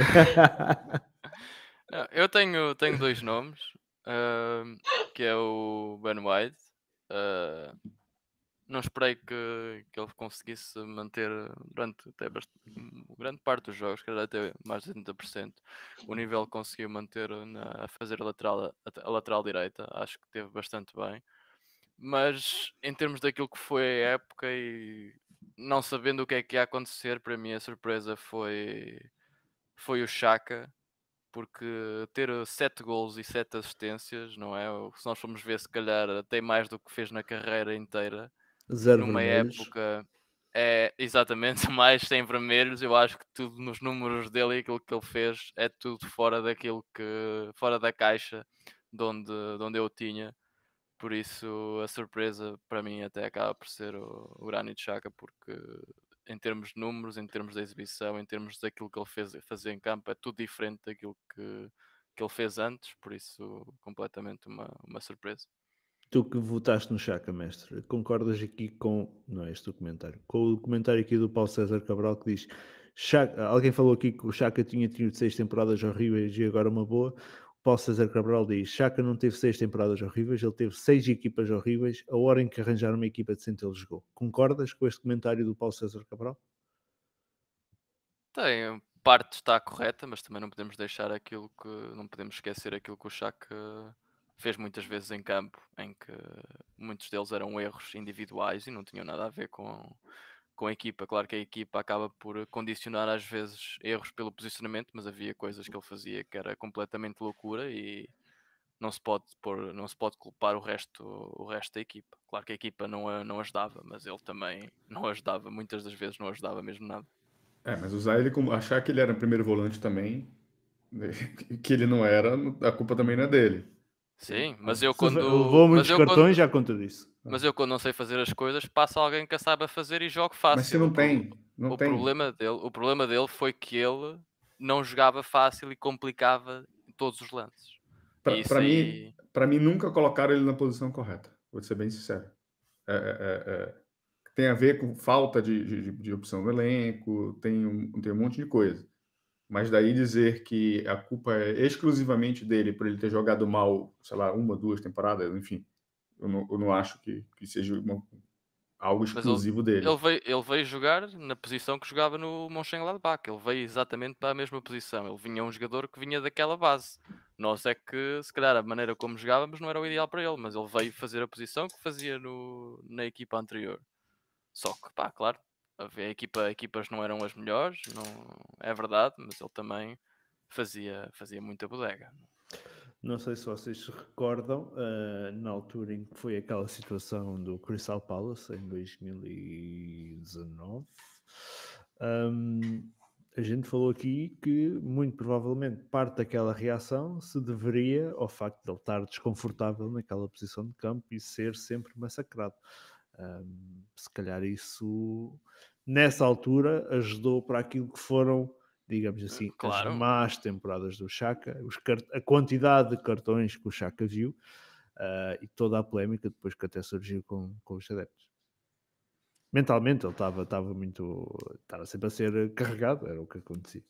Speaker 3: Não, eu tenho, tenho dois nomes, uh, que é o Ben White. Uh, não esperei que, que ele conseguisse manter durante até bastante, grande parte dos jogos, que era até mais de setenta por cento, o nível que conseguiu manter na, a fazer a lateral, a, a lateral direita. Acho que teve bastante bem. Mas em termos daquilo que foi a época e não sabendo o que é que ia acontecer, para mim a surpresa foi, foi o Xhaka, porque ter sete golos e sete assistências, não é? Se nós formos ver, se calhar tem mais do que fez na carreira inteira.
Speaker 1: Zero
Speaker 3: Numa
Speaker 1: vermelhos.
Speaker 3: época, é exatamente mais sem vermelhos. Eu acho que tudo nos números dele e aquilo que ele fez é tudo fora daquilo que, fora da caixa de onde, de onde eu tinha. Por isso a surpresa para mim até acaba por ser o, o Granit Xhaka, porque em termos de números, em termos de exibição, em termos daquilo que ele fez fazer em campo, é tudo diferente daquilo que, que ele fez antes, por isso completamente uma, uma surpresa.
Speaker 1: Tu que votaste no Xhaka, mestre, concordas aqui com, não é este documentário, com o comentário aqui do Paulo César Cabral que diz, Xhaka, alguém falou aqui que o Xhaka tinha tido seis temporadas horríveis e agora uma boa. O Paulo César Cabral diz, Xhaka não teve seis temporadas horríveis, ele teve seis equipas horríveis, a hora em que arranjaram uma equipa decente ele jogou. Concordas com este comentário do Paulo César Cabral?
Speaker 3: Tem, parte está correta, mas também não podemos deixar aquilo que, não podemos esquecer aquilo que o Xhaka fez muitas vezes em campo, em que muitos deles eram erros individuais e não tinham nada a ver com, com a equipa. Claro que a equipa acaba por condicionar às vezes erros pelo posicionamento, mas havia coisas que ele fazia que era completamente loucura e não se pode, pôr, não se pode culpar o resto, o resto da equipa. Claro que a equipa não, a, não ajudava, mas ele também não ajudava, muitas das vezes não ajudava mesmo nada.
Speaker 2: É, mas usar ele como achar que ele era primeiro volante também, que ele não era, a culpa também não é dele.
Speaker 3: Sim, mas eu
Speaker 1: Se
Speaker 3: quando...
Speaker 1: levou
Speaker 3: mas
Speaker 1: muitos
Speaker 3: eu
Speaker 1: cartões,
Speaker 3: quando...
Speaker 1: já conta disso.
Speaker 3: Mas eu quando não sei fazer as coisas, passa alguém que a saiba fazer e jogo fácil.
Speaker 2: Mas se não
Speaker 3: O pro-
Speaker 2: tem, não
Speaker 3: o
Speaker 2: tem.
Speaker 3: problema dele, o problema dele foi que ele não jogava fácil e complicava todos os lances.
Speaker 2: Para
Speaker 3: Isso
Speaker 2: mim,
Speaker 3: aí...
Speaker 2: para mim, nunca colocaram ele na posição correta. Vou ser bem sincero. É, é, é, tem a ver com falta de, de, de opção no elenco, tem um, tem um monte de coisa. Mas daí dizer que a culpa é exclusivamente dele por ele ter jogado mal, sei lá, uma, duas temporadas, enfim, eu não, eu não acho que, que seja uma, algo
Speaker 3: Mas ele,
Speaker 2: exclusivo dele.
Speaker 3: ele, veio, ele veio jogar na posição que jogava no Mönchengladbach. Ele veio exatamente para a mesma posição. Ele vinha um jogador que vinha daquela base. Nós é que, se calhar, a maneira como jogávamos não era o ideal para ele, mas ele veio fazer a posição que fazia no, na equipa anterior. Só que, pá, claro, a equipa, equipas não eram as melhores, não, é verdade, mas ele também fazia, fazia muita bodega.
Speaker 1: Não sei se vocês se recordam, uh, na altura em que foi aquela situação do Crystal Palace, em dois mil e dezanove, um, a gente falou aqui que, muito provavelmente, parte daquela reação se deveria ao facto de ele estar desconfortável naquela posição de campo e ser sempre massacrado. Um, se calhar isso, nessa altura, ajudou para aquilo que foram, digamos assim,
Speaker 3: Claro.
Speaker 1: as más temporadas do Xhaka, os a quantidade de cartões que o Xhaka viu uh, e toda a polémica depois que até surgiu com, com os adeptos. Mentalmente ele estava, estava muito, estava sempre a ser carregado, era o que acontecia.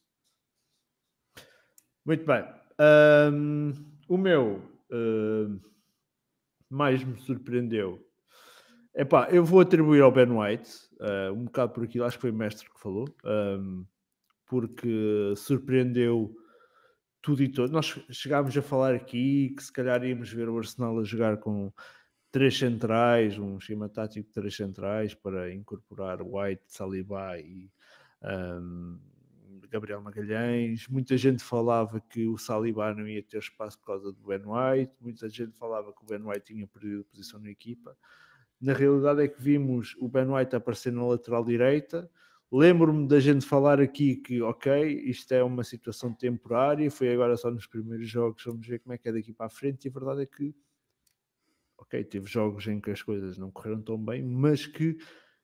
Speaker 1: Muito bem. Um, o meu uh, mais me surpreendeu. Epá, eu vou atribuir ao Ben White, uh, um bocado por aquilo, acho que foi o mestre que falou, um, porque surpreendeu tudo e todo. Nós chegámos a falar aqui que se calhar íamos ver o Arsenal a jogar com três centrais, um esquema tático de três centrais para incorporar White, Saliba e um, Gabriel Magalhães. Muita gente falava que o Saliba não ia ter espaço por causa do Ben White, muita gente falava que o Ben White tinha perdido a posição na equipa. Na realidade é que vimos o Ben White aparecer na lateral direita. Lembro-me da gente falar aqui que, ok, isto é uma situação temporária, foi agora só nos primeiros jogos, vamos ver como é que é daqui para a frente, e a verdade é que, ok, teve jogos em que as coisas não correram tão bem, mas que,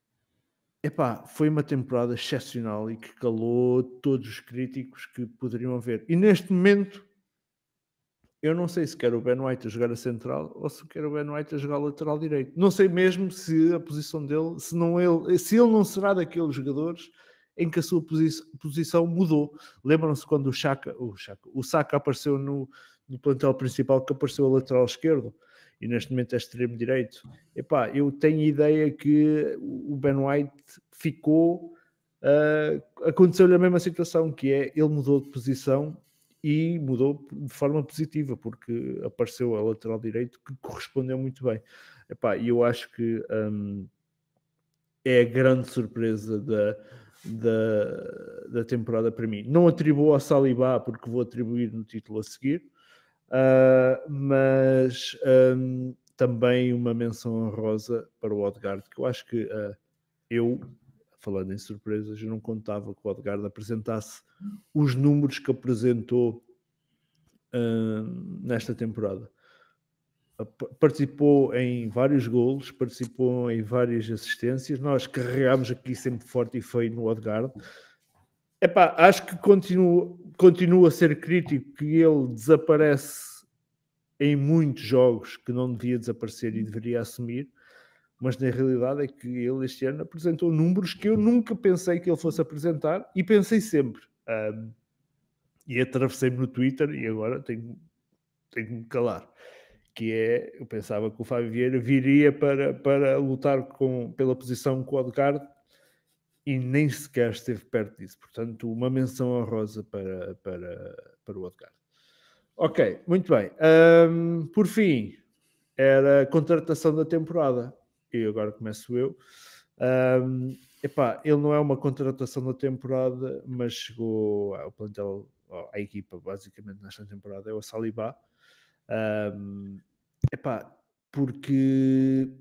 Speaker 1: epá, foi uma temporada excepcional e que calou todos os críticos que poderiam haver. E neste momento, eu não sei se quero o Ben White a jogar a central ou se quero o Ben White a jogar a lateral direito. Não sei mesmo se a posição dele, se, não ele, se ele não será daqueles jogadores em que a sua posi- posição mudou. Lembram-se quando o Xhaka, o Xhaka, o Saka apareceu no, no plantel principal, que apareceu a lateral esquerdo e neste momento é extremo direito. Epá, eu tenho ideia que o Ben White ficou... Uh, aconteceu-lhe a mesma situação, que é, ele mudou de posição e mudou de forma positiva, porque apareceu a lateral direito que correspondeu muito bem. Epá, e eu acho que um, é a grande surpresa da, da, da temporada para mim. Não atribuo ao Saliba, porque vou atribuir no título a seguir, uh, mas um, também uma menção honrosa para o Odegaard, que eu acho que uh, eu... falando em surpresas, eu não contava que o Odegaard apresentasse os números que apresentou uh, nesta temporada. Participou em vários golos, participou em várias assistências. Nós carregámos aqui sempre forte e feio no Odegaard. Epá, acho que continua, continua a ser crítico que ele desaparece em muitos jogos que não devia desaparecer e deveria assumir. Mas na realidade é que ele este ano apresentou números que eu nunca pensei que ele fosse apresentar e pensei sempre. Um, e atravessei-me no Twitter e agora tenho, tenho que me calar. Que é, eu pensava que o Fábio Vieira viria para, para lutar com, pela posição com o Odegaard e nem sequer esteve perto disso. Portanto, uma menção honrosa para, para, para o Odegaard. Ok, muito bem. Um, por fim, era a contratação da temporada. E agora começo eu. Um, epá, ele não é uma contratação da temporada, mas chegou ao plantel, à equipa, basicamente, nesta temporada, é o Saliba. Um, epá, porque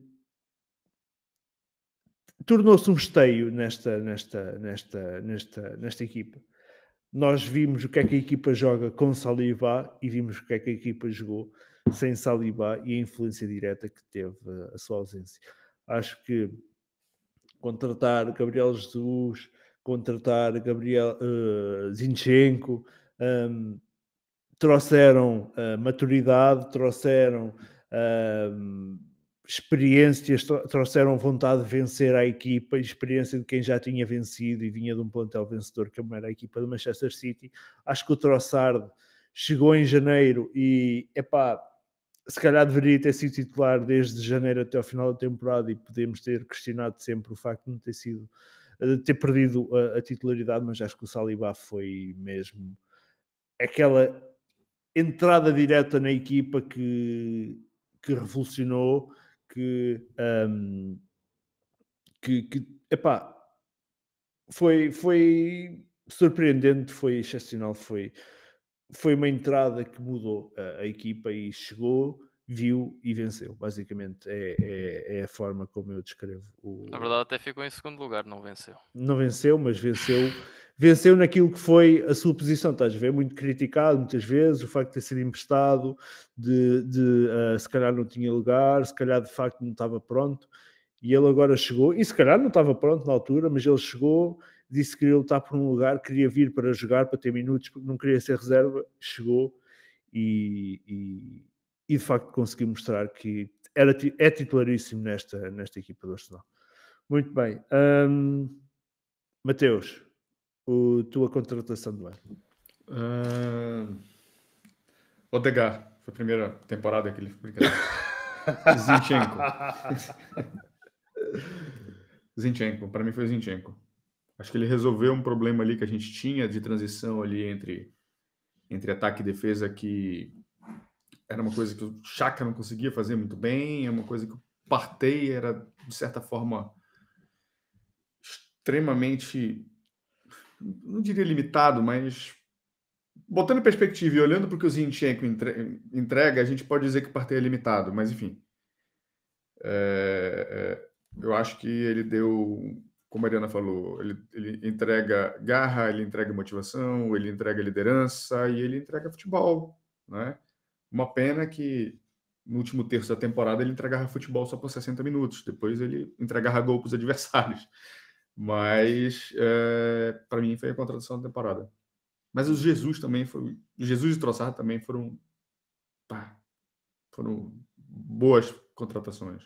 Speaker 1: tornou-se um esteio nesta, nesta, nesta, nesta, nesta equipa. Nós vimos o que é que a equipa joga com Saliba e vimos o que é que a equipa jogou sem Saliba e a influência direta que teve a, a sua ausência. Acho que contratar Gabriel Jesus, contratar Gabriel uh, Zinchenko, um, trouxeram uh, maturidade, trouxeram uh, experiências, trouxeram vontade de vencer a equipa, experiência de quem já tinha vencido e vinha de um plantel vencedor, como era a equipa do Manchester City. Acho que o Trossard chegou em janeiro e, epá, se calhar deveria ter sido titular desde janeiro até ao final da temporada, e podemos ter questionado sempre o facto de não ter sido, de ter perdido a, a titularidade, mas acho que o Saliba foi mesmo aquela entrada direta na equipa que, que revolucionou, que, um, que, que epá, foi, foi surpreendente, foi excepcional, foi, foi uma entrada que mudou a, a equipa e chegou, viu e venceu. Basicamente é, é, é a forma como eu descrevo o...
Speaker 3: Na verdade até ficou em segundo lugar, não venceu.
Speaker 1: Não venceu, mas venceu, venceu naquilo que foi a sua posição. Estás a ver? Muito criticado muitas vezes, o facto de ter sido emprestado, de, de uh, se calhar não tinha lugar, se calhar de facto não estava pronto, e ele agora chegou, e se calhar não estava pronto na altura, mas ele chegou, disse que queria lutar por um lugar, queria vir para jogar, para ter minutos, porque não queria ser reserva, chegou e, e, e de facto conseguiu mostrar que era, é titularíssimo nesta, nesta equipa do Arsenal. Muito bem. Um, Mateus, a tua contratação do ano?
Speaker 2: Uh, Odegaard, foi a primeira temporada que ele Zinchenko. Zinchenko, para mim foi Zinchenko. Acho que ele resolveu um problema ali que a gente tinha de transição ali entre, entre ataque e defesa, que era uma coisa que o Xhaka não conseguia fazer muito bem, é uma coisa que o Partey era, de certa forma, extremamente, não diria limitado, mas botando em perspectiva e olhando para o que o Zinchenko entrega, a gente pode dizer que o Partey é limitado, mas enfim. É, é, eu acho que ele deu, como a Mariana falou, ele, ele entrega garra, ele entrega motivação, ele entrega liderança e ele entrega futebol, né? Uma pena que no último terço da temporada ele entregava futebol só por sessenta minutos, depois ele entregava gol para os adversários. Mas, é, para mim, foi a contratação da temporada. Mas o Jesus também foi. O Jesus e o Trossard também foram. Pá, foram boas contratações.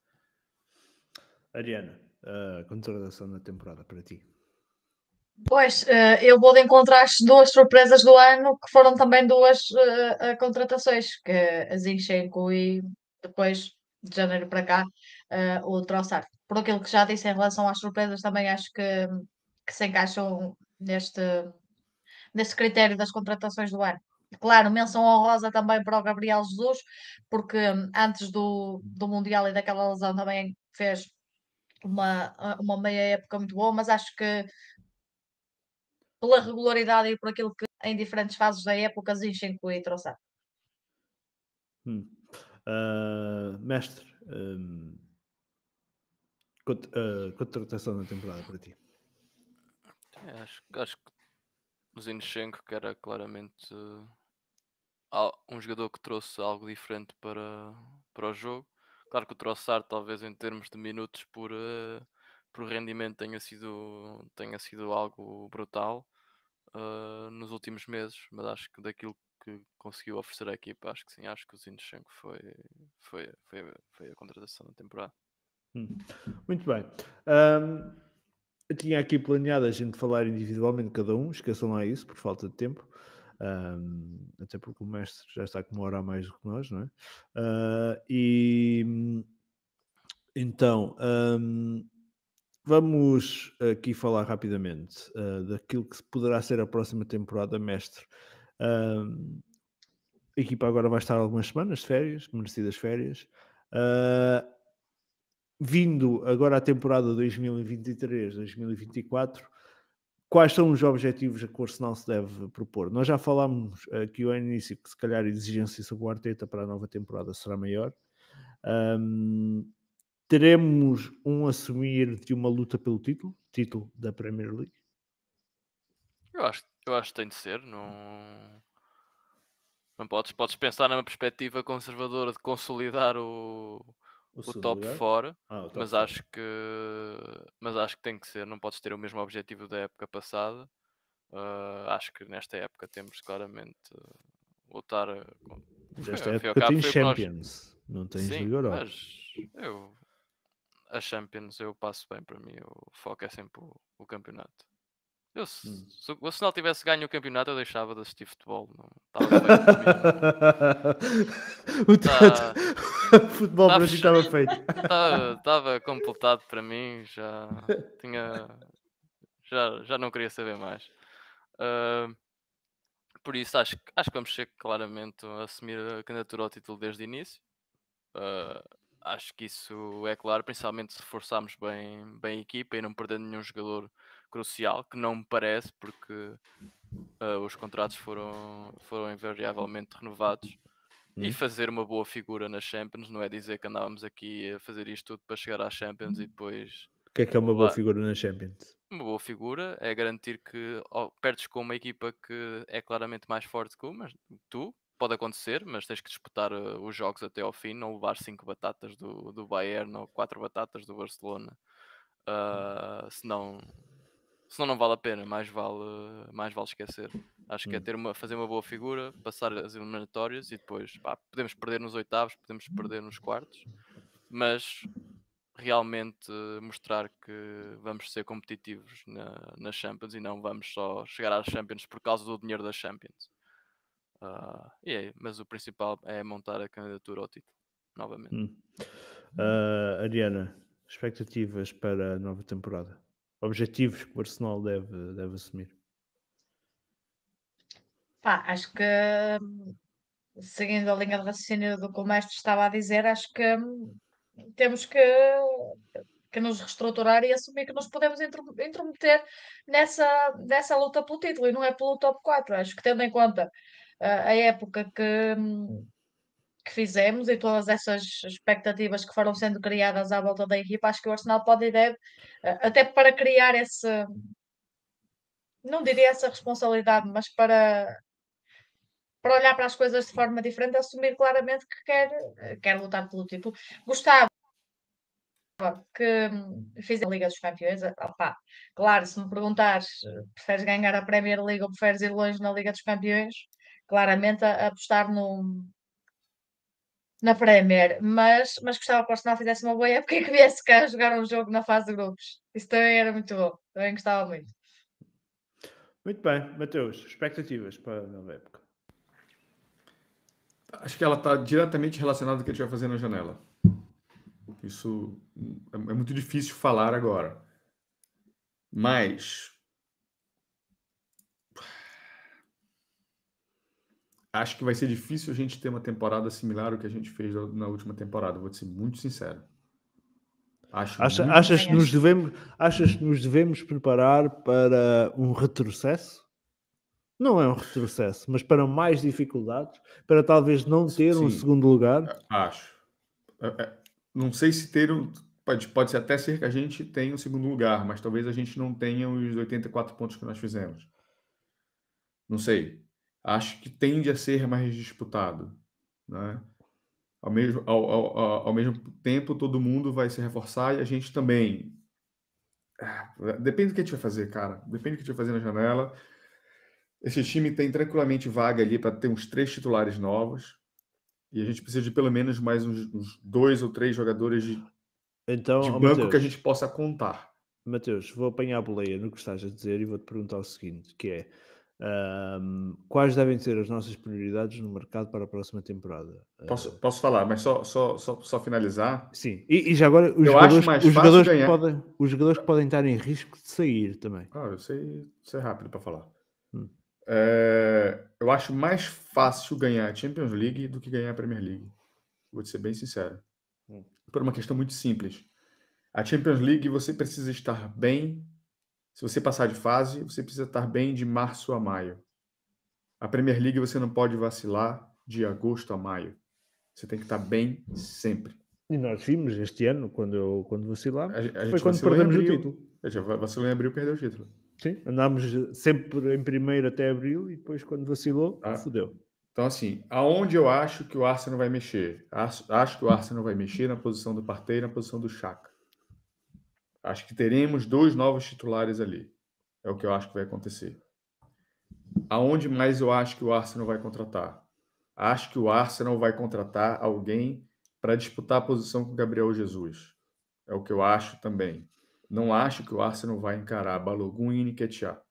Speaker 1: Ariana, a contratação da temporada para ti.
Speaker 4: Pois, eu vou de encontrar as duas surpresas do ano, que foram também duas uh, contratações, que a Zinchenko e depois, de janeiro para cá, uh, o Trossard. Por aquilo que já disse em relação às surpresas, também acho que, que se encaixam neste, neste critério das contratações do ano. Claro, menção honrosa também para o Gabriel Jesus, porque antes do, do Mundial e daquela lesão também fez uma, uma meia época muito boa, mas acho que pela regularidade e por aquilo que em diferentes fases da época Zinchenko e Trossard.
Speaker 1: Hum. Uh, mestre, um, cont uh, contratação da temporada para ti.
Speaker 3: É, acho, acho que o Zinchenko, que era claramente uh, um jogador que trouxe algo diferente para, para o jogo. Claro que o Trossard, talvez em termos de minutos por, uh, por rendimento, tenha sido, tenha sido algo brutal uh, nos últimos meses, mas acho que daquilo que conseguiu oferecer à equipa, acho que sim, acho que o Zinchenko foi, foi, foi, foi a contratação da temporada.
Speaker 1: Hum. Muito bem. Um, eu tinha aqui planeado a gente falar individualmente cada um, esqueçam lá isso, por falta de tempo. Um, até porque o mestre já está com uma hora a mais do que nós, não é? Uh, e então, um, vamos aqui falar rapidamente uh, daquilo que poderá ser a próxima temporada, mestre. Um, a equipa agora vai estar algumas semanas de férias, merecidas férias. Uh, vindo agora a temporada dois mil e vinte e três, dois mil e vinte e quatro, quais são os objetivos a que o Arsenal se deve propor? Nós já falámos aqui ao início que se calhar a exigência sobre o Arteta para a nova temporada será maior. Um, teremos um assumir de uma luta pelo título, título da Premier League?
Speaker 3: Eu acho, eu acho que tem de ser, não... Não podes, podes pensar numa perspectiva conservadora de consolidar o,
Speaker 1: O
Speaker 3: o
Speaker 1: segundo
Speaker 3: top
Speaker 1: lugar?
Speaker 3: fora,
Speaker 1: Ah, o top
Speaker 3: mas
Speaker 1: fora.
Speaker 3: acho que mas acho que tem que ser, não podes ter o mesmo objetivo da época passada. Uh, acho que nesta época temos claramente uh, lutar uh, com...
Speaker 1: Desta
Speaker 3: Ao fim e ao
Speaker 1: época
Speaker 3: cabo,
Speaker 1: tens
Speaker 3: foi o que nós-
Speaker 1: Champions, não tens
Speaker 3: Sim,
Speaker 1: Liga Europa.
Speaker 3: mas eu a Champions eu passo bem para mim, o foco é sempre o, o campeonato. Eu, se,
Speaker 1: Hum.
Speaker 3: se o Arsenal tivesse ganho o campeonato, eu deixava de assistir futebol. Não estava feito para mim.
Speaker 1: O
Speaker 3: Tá-
Speaker 1: trato- futebol
Speaker 3: tá
Speaker 1: para ti
Speaker 3: fechado.
Speaker 1: estava feito.
Speaker 3: Estava completado para mim, já tinha. Já, já não queria saber mais. Ah, por isso acho, que- acho que vamos ser claramente a assumir a candidatura ao título desde o início. Ah, acho que isso é claro, principalmente se reforçarmos bem, bem a equipa e não perder nenhum jogador crucial, que não me parece, porque ah, os contratos foram, foram invariavelmente renovados. E
Speaker 1: Hum.
Speaker 3: fazer uma boa figura nas Champions, não é dizer que andávamos aqui a fazer isto tudo para chegar às Champions e depois
Speaker 1: O que é que é uma boa
Speaker 3: levar-
Speaker 1: figura na Champions?
Speaker 3: Uma boa figura é garantir que oh, perdes com uma equipa que é claramente mais forte que tu, mas tu, pode acontecer, mas tens que disputar uh, os jogos até ao fim, não levar cinco batatas do, do Bayern ou quatro batatas do Barcelona. Uh, senão, senão não vale a pena, mais vale, mais vale esquecer. Acho que é
Speaker 1: Hum.
Speaker 3: ter uma, fazer uma boa figura, passar as eliminatórias e depois pá, podemos perder nos oitavos, podemos perder nos quartos, mas realmente eh, mostrar que vamos ser competitivos na, na Champions e não vamos só chegar às Champions por causa do dinheiro das Champions. Ah, e é, mas o principal é montar a candidatura ao título, novamente.
Speaker 1: Hum. Ah, Ariana, expectativas para a nova temporada? Objetivos que o Arsenal deve, deve assumir?
Speaker 4: Pá, acho que hum, seguindo a linha de raciocínio do que o mestre estava a dizer, acho que hum, temos que, que nos reestruturar e assumir que nos podemos intro- intrometer nessa, nessa luta pelo título e não é pelo top quatro. Acho que tendo em conta ah, a época que, hum, que fizemos e todas essas expectativas que foram sendo criadas à volta da equipa, acho que o Arsenal pode e deve, ah, até para criar esse, não diria essa responsabilidade, mas para para olhar para as coisas de forma diferente, assumir claramente que quer, eh, quer lutar pelo título. Gostava que hum, fizesse a Liga dos Campeões. eh, opá, claro, se me perguntares, eh, preferes ganhar a Premier League ou preferes ir longe na Liga dos Campeões, claramente a, a apostar no, na Premier, mas, mas gostava que o Arsenal fizesse uma boa época e que viesse cá jogar um jogo na fase de grupos. Isso também era muito bom, também gostava muito.
Speaker 1: Muito bem, Mateus, expectativas para a nova época?
Speaker 2: Acho que ela está diretamente relacionada com o que a gente vai fazer na janela. Isso é é muito difícil falar agora. Mas acho que vai ser difícil a gente ter uma temporada similar ao que a gente fez na na última temporada. Vou ser muito sincero. Acho
Speaker 1: Acha-
Speaker 2: muito
Speaker 1: achas, que
Speaker 4: Também
Speaker 1: nos
Speaker 4: acho.
Speaker 1: devemos, achas que nos devemos preparar para um retrocesso? Não é um retrocesso, mas para mais dificuldades, para talvez não ter um
Speaker 2: Sim,
Speaker 1: segundo lugar.
Speaker 2: acho. É, é, não sei se ter um. Pode, pode ser até ser que a gente tenha um segundo lugar, mas talvez a gente não tenha os oitenta e quatro pontos que nós fizemos. Não sei. Acho que tende a ser mais disputado, né? Ao mesmo, ao, ao, ao, ao mesmo tempo, todo mundo vai se reforçar e a gente também. Ah, depende do que a gente vai fazer, cara. Depende do que a gente vai fazer na janela. Esse time tem tranquilamente vaga ali para ter uns três titulares novos. E a gente precisa de pelo menos mais uns, uns dois ou três jogadores de,
Speaker 1: Então,
Speaker 2: de
Speaker 1: ó,
Speaker 2: banco que a
Speaker 1: Mateus,
Speaker 2: gente possa contar.
Speaker 1: Mateus, vou apanhar a boleia no que estás a dizer e vou-te perguntar o seguinte, que é, ahm, quais devem ser as nossas prioridades no mercado para a próxima temporada?
Speaker 2: Posso,
Speaker 1: Ah,
Speaker 2: posso falar, mas só, só, só, só finalizar.
Speaker 1: sim, e, e já agora os
Speaker 2: Eu acho
Speaker 1: jogadores,
Speaker 2: mais
Speaker 1: os,
Speaker 2: fácil
Speaker 1: jogadores que
Speaker 2: ganhar.
Speaker 1: podem, os jogadores que podem estar em risco de sair também.
Speaker 2: Ah, eu sei ser rápido para falar.
Speaker 1: Hum.
Speaker 2: É, eu acho mais fácil ganhar a Champions League do que ganhar a Premier League. Vou te ser bem sincero.
Speaker 1: Hum.
Speaker 2: Por uma questão muito simples. A Champions League você precisa estar bem. Se você passar de fase, você precisa estar bem de março a maio. A Premier League você não pode vacilar de agosto a maio. Você tem que estar bem sempre.
Speaker 1: E nós vimos este ano, quando, eu, quando vacilámos,
Speaker 2: A, a
Speaker 1: foi
Speaker 2: gente
Speaker 1: quando
Speaker 2: vacilou em
Speaker 1: perdemos o
Speaker 2: abril.
Speaker 1: título.
Speaker 2: A gente vacilou em abril e perdeu o título.
Speaker 1: Sim, andámos sempre em primeiro até abril e depois quando vacilou,
Speaker 2: Ah.
Speaker 1: fodeu.
Speaker 2: Então, assim, aonde eu acho que o Arsenal vai mexer? Acho, acho que o Arsenal vai mexer na posição do Partey e na posição do Xhaka. Acho que teremos dois novos titulares ali. É o que eu acho que vai acontecer. Aonde mais eu acho que o Arsenal vai contratar? Acho que o Arsenal vai contratar alguém para disputar a posição com o Gabriel Jesus. É o que eu acho também. Não acho que o Arsenal vai encarar Balogun e Nketiah.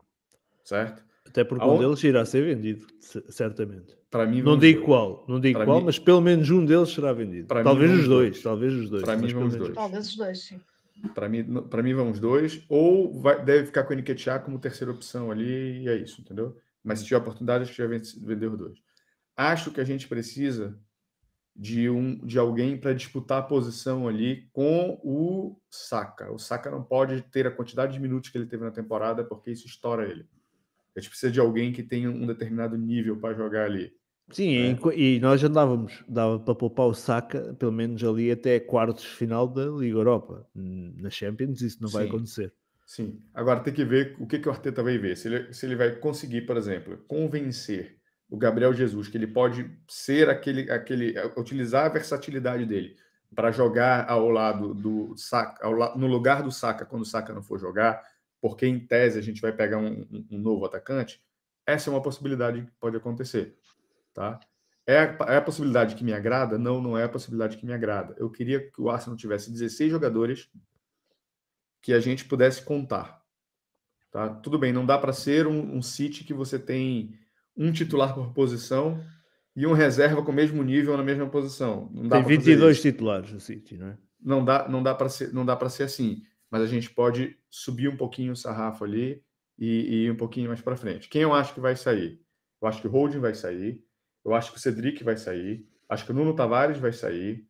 Speaker 2: Certo?
Speaker 1: Até porque
Speaker 2: Aonde...
Speaker 1: um deles irá ser vendido, certamente.
Speaker 2: Para mim,
Speaker 1: não digo qual, não digo
Speaker 2: para
Speaker 1: qual,
Speaker 2: mim...
Speaker 1: mas pelo menos um deles será vendido.
Speaker 2: Para
Speaker 1: talvez
Speaker 2: mim,
Speaker 1: os dois,
Speaker 2: dois,
Speaker 1: talvez os dois.
Speaker 2: Para mim, vamos dois.
Speaker 4: Talvez os dois, sim.
Speaker 2: Para mim, para mim, vamos dois. Ou vai, deve ficar com o Nketiah como terceira opção ali, e é isso, entendeu? Mas se tiver oportunidade, acho que já vender os dois. Acho que a gente precisa de, um, de alguém para disputar a posição ali com o Saka. O Saka não pode ter a quantidade de minutos que ele teve na temporada, porque isso estoura ele. A gente precisa de alguém que tenha um determinado nível para jogar ali.
Speaker 1: Sim, né? e, e nós andávamos, dava para poupar o Saka, pelo menos ali até quartos de final da Liga Europa. Na Champions isso não
Speaker 2: sim,
Speaker 1: vai acontecer.
Speaker 2: Sim. Agora tem que ver o que, que o Arteta vai ver. Se ele, se ele vai conseguir, por exemplo, convencer o Gabriel Jesus que ele pode ser aquele, aquele utilizar a versatilidade dele para jogar ao lado do Saka, ao, no lugar do Saka quando o Saka não for jogar, porque em tese a gente vai pegar um, um, um novo atacante. Essa é uma possibilidade que pode acontecer, tá? É a, é a possibilidade que me agrada? Não, não é a possibilidade que me agrada. Eu queria que o Arsenal tivesse dezesseis jogadores que a gente pudesse contar. Tá? Tudo bem, não dá para ser um, um City que você tem um titular por posição e um reserva com o mesmo nível na mesma posição. Não dá
Speaker 1: tem vinte e dois titulares no City, não é?
Speaker 2: Não dá, não dá para ser, não dá para ser assim. Mas a gente pode subir um pouquinho o sarrafo ali e, e ir um pouquinho mais para frente. Quem eu acho que vai sair? Eu acho que o Holding vai sair. Eu acho que o Cedric vai sair. Acho que o Nuno Tavares vai sair.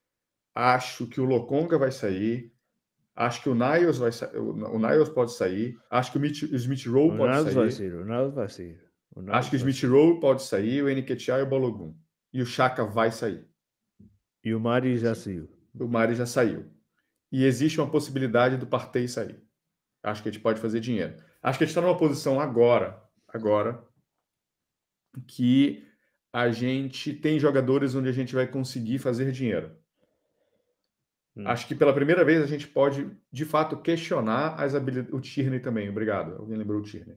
Speaker 2: Acho que o Lokonga vai sair. Acho que o Niles vai sa... o Niles pode sair. Acho que o, Mitch... o Smith Rowe pode sair.
Speaker 1: Vai sair. O Niles vai sair. O Niles
Speaker 2: Acho que o Smith
Speaker 1: sair.
Speaker 2: Rowe pode sair, o Nketiah e o Balogun. E o Xhaka vai sair.
Speaker 1: E o Mari já saiu.
Speaker 2: O Mari já saiu. E existe uma possibilidade do Partey sair. Acho que a gente pode fazer dinheiro. Acho que a gente está numa posição agora, agora, que a gente tem jogadores onde a gente vai conseguir fazer dinheiro. Hum. Acho que pela primeira vez a gente pode, de fato, questionar as habilidades. O Tierney também, obrigado. Alguém lembrou o Tierney.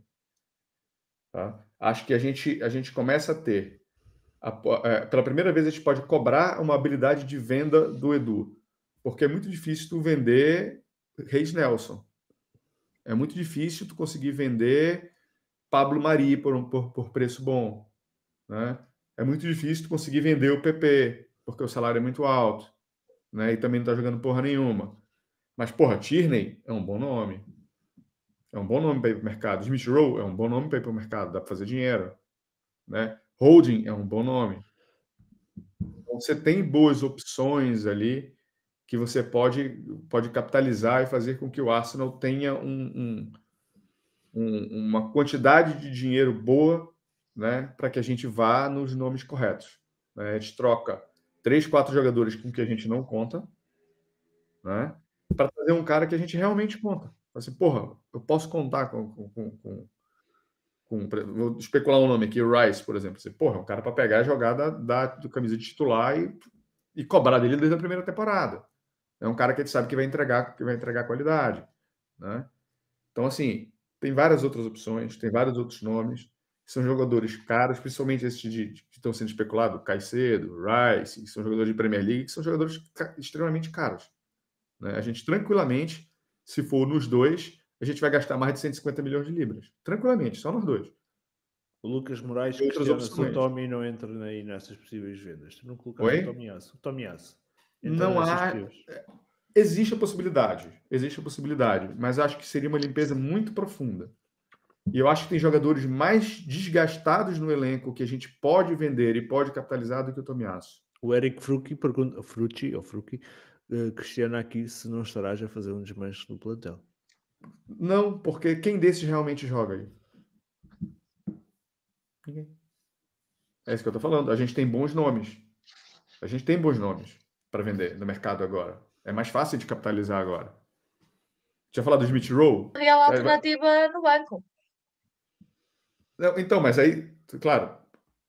Speaker 2: Tá? Acho que a gente, a gente começa a ter. A, é, pela primeira vez a gente pode cobrar uma habilidade de venda do Edu. Porque é muito difícil tu vender Reis Nelson. É muito difícil tu conseguir vender Pablo Mari por, um, por, por preço bom. Né? É muito difícil tu conseguir vender o P P, porque o salário é muito alto. Né? E também não tá jogando porra nenhuma. Mas, porra, Tierney é um bom nome. É um bom nome para ir para o mercado. Smith Rowe é um bom nome para ir para o mercado. Dá para fazer dinheiro. Né? Holding é um bom nome. Então, você tem boas opções ali que você pode, pode capitalizar e fazer com que o Arsenal tenha um, um, um, uma quantidade de dinheiro boa, né, para que a gente vá nos nomes corretos. Né? A gente troca três, quatro jogadores com que a gente não conta, né, para trazer um cara que a gente realmente conta. Assim, porra, eu posso contar com, com, com, com, com vou especular um nome aqui, o Rice, por exemplo. Assim, porra, é um cara para pegar e jogar da, da do camisa de titular e, e cobrar dele desde a primeira temporada. É um cara que a gente sabe que vai entregar, que vai entregar qualidade, né? Então, assim, tem várias outras opções, tem vários outros nomes. São jogadores caros, principalmente esses de, de, que estão sendo especulados, Caicedo, Rice, que são jogadores de Premier League, que são jogadores extremamente caros. Né? A gente, tranquilamente, se for nos dois, a gente vai gastar mais de cento e cinquenta milhões de libras. Tranquilamente, só nos dois.
Speaker 1: O Lucas Moraes questiona se o Tommy não entra aí nessas possíveis vendas. Tu não colocaste o Tomiasso. O Tomiasso.
Speaker 2: Não há... Existe a possibilidade, existe a possibilidade, mas acho que seria uma limpeza muito profunda. E eu acho que tem jogadores mais desgastados no elenco que a gente pode vender e pode capitalizar do que o Tomiasso.
Speaker 1: O Eric Frucci pergunta, Frucci, ou Frucci, uh, questiona aqui se não estarás a fazer um desmanche no plantel.
Speaker 2: Não, porque quem desses realmente joga aí? Ninguém. É isso que eu tô falando. A gente tem bons nomes. A gente tem bons nomes para vender no mercado agora. É mais fácil de capitalizar agora. Tinha falado do Smith Rowe?
Speaker 4: Real alternativa no banco.
Speaker 2: Não, então, mas aí, claro,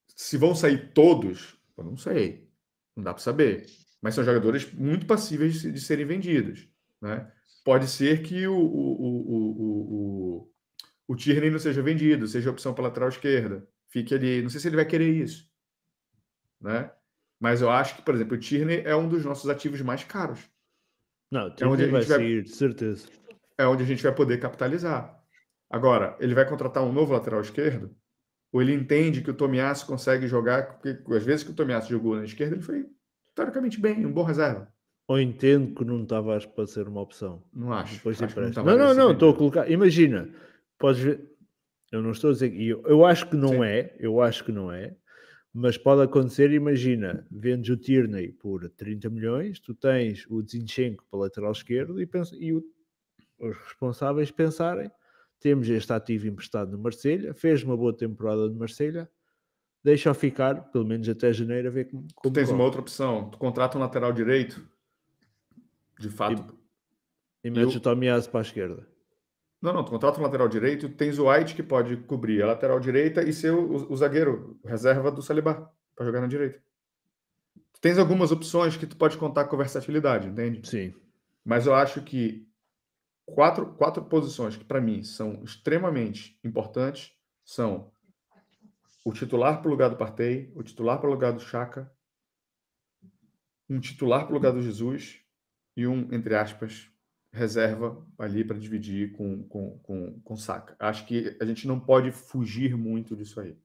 Speaker 2: Se vão sair todos, eu não sei. Não dá para saber. Mas são jogadores muito passíveis de, de serem vendidos, né? Pode ser que o, o, o, o, o, o Tierney não seja vendido, seja opção para lateral esquerda. Fique ali. Não sei se ele vai querer isso, né? Mas eu acho que, por exemplo, o Tierney é um dos nossos ativos mais caros.
Speaker 1: Não, o
Speaker 2: É onde
Speaker 1: Tierney
Speaker 2: a
Speaker 1: vai
Speaker 2: gente vai,
Speaker 1: sair, de certeza.
Speaker 2: é onde a gente vai poder capitalizar. Agora, ele vai contratar um novo lateral esquerdo? Ou ele entende que o Tomiasso consegue jogar, porque às vezes que o Tomiasso jogou na esquerda, ele foi teoricamente bem, um bom reserva.
Speaker 1: Ou entendo que não estava para ser uma opção.
Speaker 2: Não acho.
Speaker 1: Depois de
Speaker 2: Acho que não
Speaker 1: empréstimo.
Speaker 2: estava
Speaker 1: Não, não,
Speaker 2: nesse
Speaker 1: não, estou a
Speaker 2: vendido.
Speaker 1: colocar. Imagina, podes ver. Eu não estou a dizer que. Eu, eu acho que não
Speaker 2: Sim.
Speaker 1: é, eu acho que não é, mas pode acontecer. Imagina, vendes o Tierney por trinta milhões, tu tens o Zinchenko para lateral esquerdo e, pensa, e o, os responsáveis pensarem: temos este ativo emprestado no Marselha, fez uma boa temporada no Marselha, deixa-o ficar, pelo menos até janeiro, a ver como,
Speaker 2: Tu
Speaker 1: como
Speaker 2: tens uma
Speaker 1: corre.
Speaker 2: outra opção. Tu contrata um lateral direito, de fato.
Speaker 1: E
Speaker 2: E
Speaker 1: metes o
Speaker 2: o...
Speaker 1: Tomiasso para a esquerda.
Speaker 2: Não, não, tu contrata um lateral direito e tens o White que pode cobrir a lateral direita e ser o, o, o zagueiro, reserva do Saliba, para jogar na direita. Tu tens algumas opções que tu pode contar com versatilidade, entende?
Speaker 1: Sim.
Speaker 2: Mas eu acho que quatro, quatro posições que para mim são extremamente importantes são o titular para o lugar do Partey, o titular para o lugar do Xhaka, um titular para o lugar do Jesus e um, entre aspas, reserva ali para dividir com, com, com, com Saka. Acho que a gente não pode fugir muito disso aí.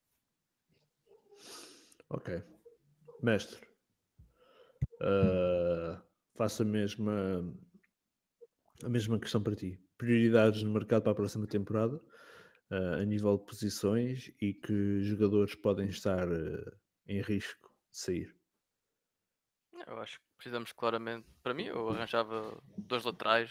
Speaker 1: Ok. Mestre, uh, faço a mesma, a mesma questão para ti. Prioridades no mercado para a próxima temporada, uh, a nível de posições e que jogadores podem estar uh, em risco de sair.
Speaker 3: Eu acho que precisamos claramente. Para mim, eu arranjava dois laterais,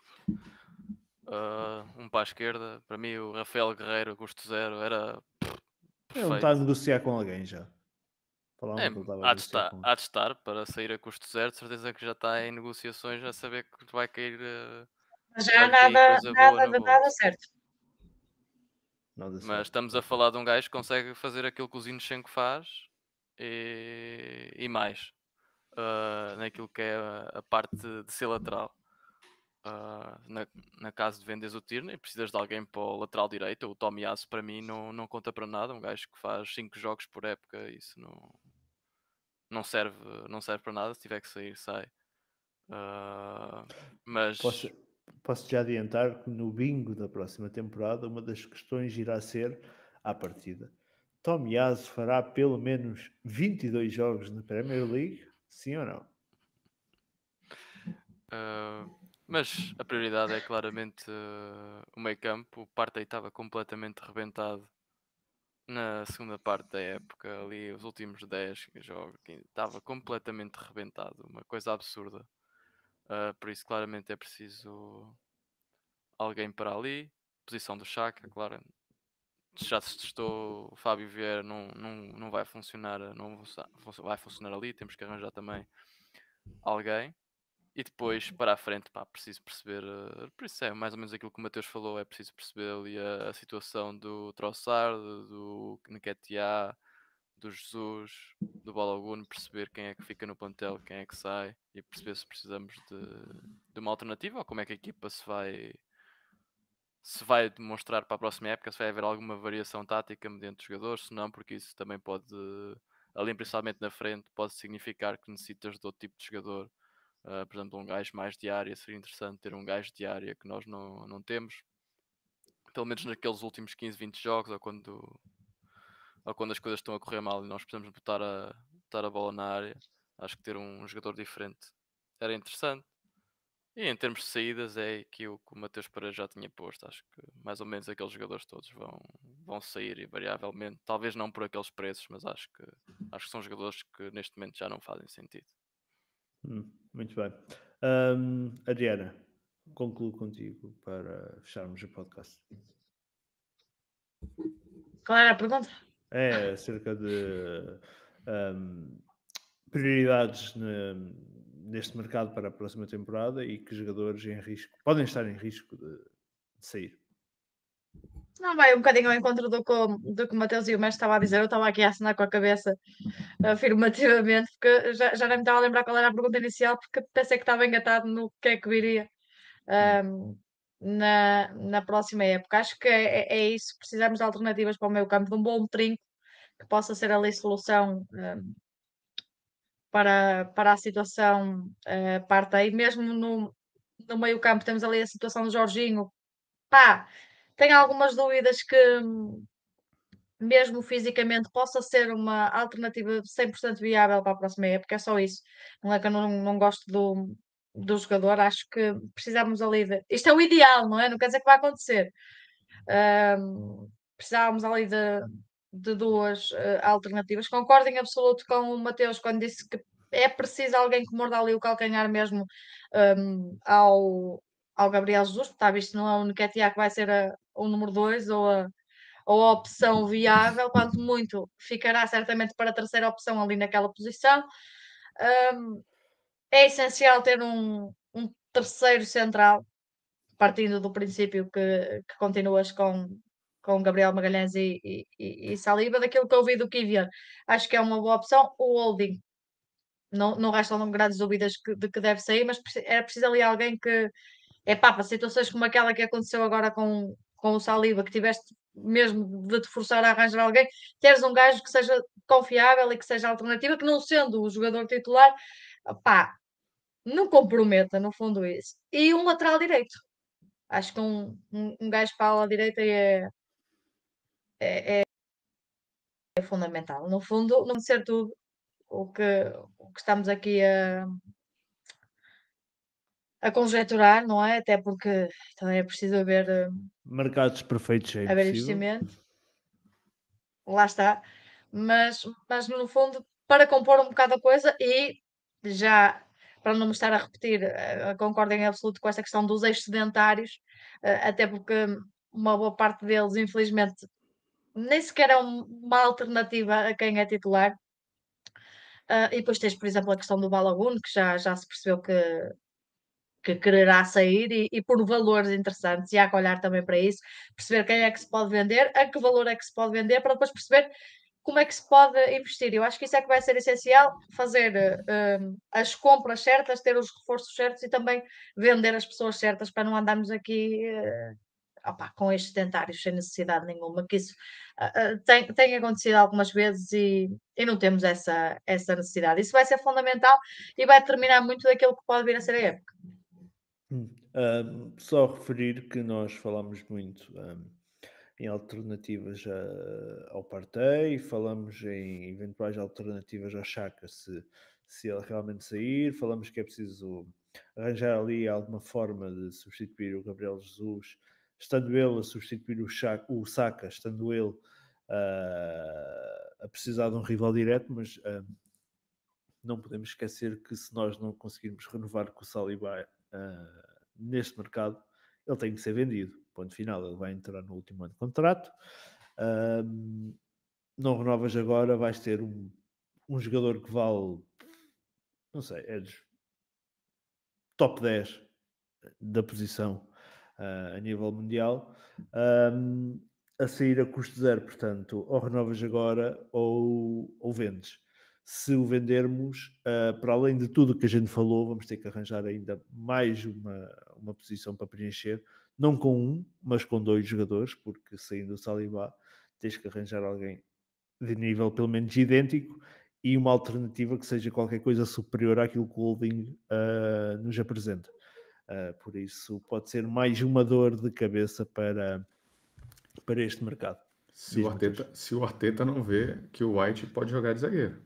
Speaker 3: uh, um para a esquerda. Para mim, o Rafael Guerreiro, custo zero, era pff,
Speaker 1: Ele não está a
Speaker 3: perfeito.
Speaker 1: negociar com alguém já. Falaram
Speaker 3: É,
Speaker 1: que ele estava a
Speaker 3: há de,
Speaker 1: negociar
Speaker 3: estar,
Speaker 1: com
Speaker 3: há de estar para sair a custo zero, de certeza que já está em negociações a saber que vai cair, uh,
Speaker 4: Já
Speaker 3: vai-lhe cair
Speaker 4: nada,
Speaker 3: coisa boa
Speaker 4: nada
Speaker 3: no
Speaker 4: de nada
Speaker 3: bolso.
Speaker 4: certo.
Speaker 1: nada
Speaker 3: Mas
Speaker 1: certo.
Speaker 3: estamos a
Speaker 1: Ok.
Speaker 3: falar de um gajo que consegue fazer aquilo que o Zinchenko faz e, e mais, uh, naquilo que é a, a parte de ser lateral. Uh, na, na caso de vendes o Tierney, precisas de alguém para o lateral direito. O Tomiasso para mim não, não conta para nada. Um gajo que faz cinco jogos por época, isso não, não, serve, não serve para nada. Se tiver que sair, sai. Uh, mas
Speaker 1: Posso, posso já adiantar que no bingo da próxima temporada uma das questões irá ser, à partida, Tomiasso fará pelo menos vinte e dois jogos na Premier League? Sim ou não?
Speaker 3: Uh, mas a prioridade é claramente uh, o meio campo. O Partey estava completamente rebentado na segunda parte da época, ali os últimos dez jogos, estava completamente rebentado, uma coisa absurda. Uh, por isso, claramente, é preciso alguém para ali. Posição do Xhaka, claro. Já se testou o Fábio Vieira, não, não, não vai funcionar, não vai funcionar ali. Temos que arranjar também alguém. E depois, para a frente, pá, preciso perceber. Uh, por isso é mais ou menos aquilo que o Mateus falou: é preciso perceber ali a, a situação do Trossard, do Nketiah, do Jesus, do Balogun, perceber quem é que fica no plantel, quem é que sai e perceber se precisamos de, de uma alternativa ou como é que a equipa se vai. Se vai demonstrar para a próxima época, se vai haver alguma variação tática mediante os jogadores, se não, porque isso também pode, ali principalmente na frente, pode significar que necessitas de outro tipo de jogador. Uh, por exemplo, um gajo mais de área, seria interessante ter um gajo de área que nós não, não temos, pelo menos naqueles últimos quinze, vinte jogos, ou quando, ou quando as coisas estão a correr mal e nós precisamos botar a, botar a bola na área. Acho que ter um jogador diferente era interessante. E em termos de saídas é aquilo que o Mateus Pereira já tinha posto. Acho que mais ou menos aqueles jogadores todos vão, vão sair invariavelmente. Talvez não por aqueles preços, mas acho que, acho que são jogadores que neste momento já não fazem sentido.
Speaker 1: Hum, muito bem. Um, Adriana, concluo contigo para fecharmos o podcast.
Speaker 4: Qual era a pergunta?
Speaker 1: É acerca de um, prioridades ne, neste mercado para a próxima temporada e que jogadores em risco podem estar em risco de, de sair.
Speaker 4: Não vai um bocadinho ao encontro do que, o- do que o Mateus e o Mestre estavam a dizer. Eu estava aqui a assinar com a cabeça afirmativamente, porque já, já nem me estava a lembrar qual era a pergunta inicial, porque pensei que estava engatado no que é que viria ahm, na, na próxima época. Acho que é, é é isso. Precisamos de alternativas para o meio campo, de um bom trinco que possa ser ali solução ahm, para, para a situação uh, parte aí. Mesmo no, no meio campo temos ali a situação do Jorginho. Pá, tenho algumas dúvidas que hum, mesmo fisicamente possa ser uma alternativa cem por cento viável para a próxima época, é só isso. Não é que eu não, não gosto do, do jogador, acho que precisávamos ali de. Isto é o ideal, não é? Não quer dizer que vai acontecer. Ahm, precisávamos ali de, de duas eh, alternativas. Concordo em absoluto com o Mateus quando disse que é preciso alguém que morda ali o calcanhar mesmo ahm, ao, ao Gabriel Jesus, porque está visto, não é o Nketiah que vai ser a- o número dois ou a ou a opção viável, quanto muito ficará certamente para a terceira opção ali naquela posição. Um, é essencial ter um, um terceiro central, partindo do princípio que, que continuas com, com Gabriel Magalhães e, e, e, e Saliba. Daquilo que eu ouvi do Kivior, acho que é uma boa opção. O Holding, não, não restam grandes dúvidas que, de que deve sair, mas era preciso ali alguém que é pá, para situações como aquela que aconteceu agora com, com o Saliba, que tiveste mesmo de te forçar a arranjar alguém, teres um gajo que seja confiável e que seja alternativa, que não sendo o jogador titular, pá, não comprometa, no fundo, isso. E um lateral direito. Acho que um, um, um gajo para a ala direita é, é, é, é fundamental. No fundo, não ser tudo o que, o que estamos aqui a, a conjecturar, não é? Até porque também é preciso haver, eh,
Speaker 1: Mercados perfeitos é
Speaker 4: haver
Speaker 1: impossível.
Speaker 4: investimento. Lá está. Mas, mas no fundo, para compor um bocado a coisa e já para não me estar a repetir, eh, concordo em absoluto com esta questão dos ex-sedentários, eh, até porque uma boa parte deles, infelizmente, nem sequer é um- uma alternativa a quem é titular. Ah, e depois tens, por exemplo, a questão do Balagun, que já, já se percebeu que, que quererá sair e, e por valores interessantes, e há que olhar também para isso, perceber quem é que se pode vender, a que valor é que se pode vender, para depois perceber como é que se pode investir. Eu acho que isso é que vai ser essencial, fazer uh, as compras certas, ter os reforços certos e também vender as pessoas certas para não andarmos aqui uh, opa, com estes dentários sem necessidade nenhuma, que isso uh, uh, tem, tem acontecido algumas vezes e, e não temos essa, essa necessidade. Isso vai ser fundamental e vai determinar muito daquilo que pode vir a ser a época.
Speaker 1: Hum, um, só referir que nós falamos muito um, em alternativas a, ao Partey, falamos em eventuais alternativas ao Xhaka se, se ele realmente sair, falamos que é preciso arranjar ali alguma forma de substituir o Gabriel Jesus, estando ele a substituir o, Xhaka, o Saka, estando ele uh, a precisar de um rival direto, mas uh, não podemos esquecer que se nós não conseguirmos renovar com o Saliba uh, neste mercado, ele tem que ser vendido. Ponto final. Ele vai entrar no último ano de contrato. Uh, não renovas agora, vais ter um, um jogador que vale, não sei, é dos top dez da posição uh, a nível mundial. Um, a sair a custo zero, portanto, ou renovas agora ou, ou vendes. Se o vendermos, uh, para além de tudo que a gente falou, vamos ter que arranjar ainda mais uma, uma posição para preencher, não com um, mas com dois jogadores, porque saindo o Saliba, tens que arranjar alguém de nível pelo menos idêntico e uma alternativa que seja qualquer coisa superior àquilo que o Holding uh, nos apresenta. Uh, por isso, pode ser mais uma dor de cabeça para, para este mercado.
Speaker 2: Se o, Arteta, se o Arteta não vê que o White pode jogar de zagueiro.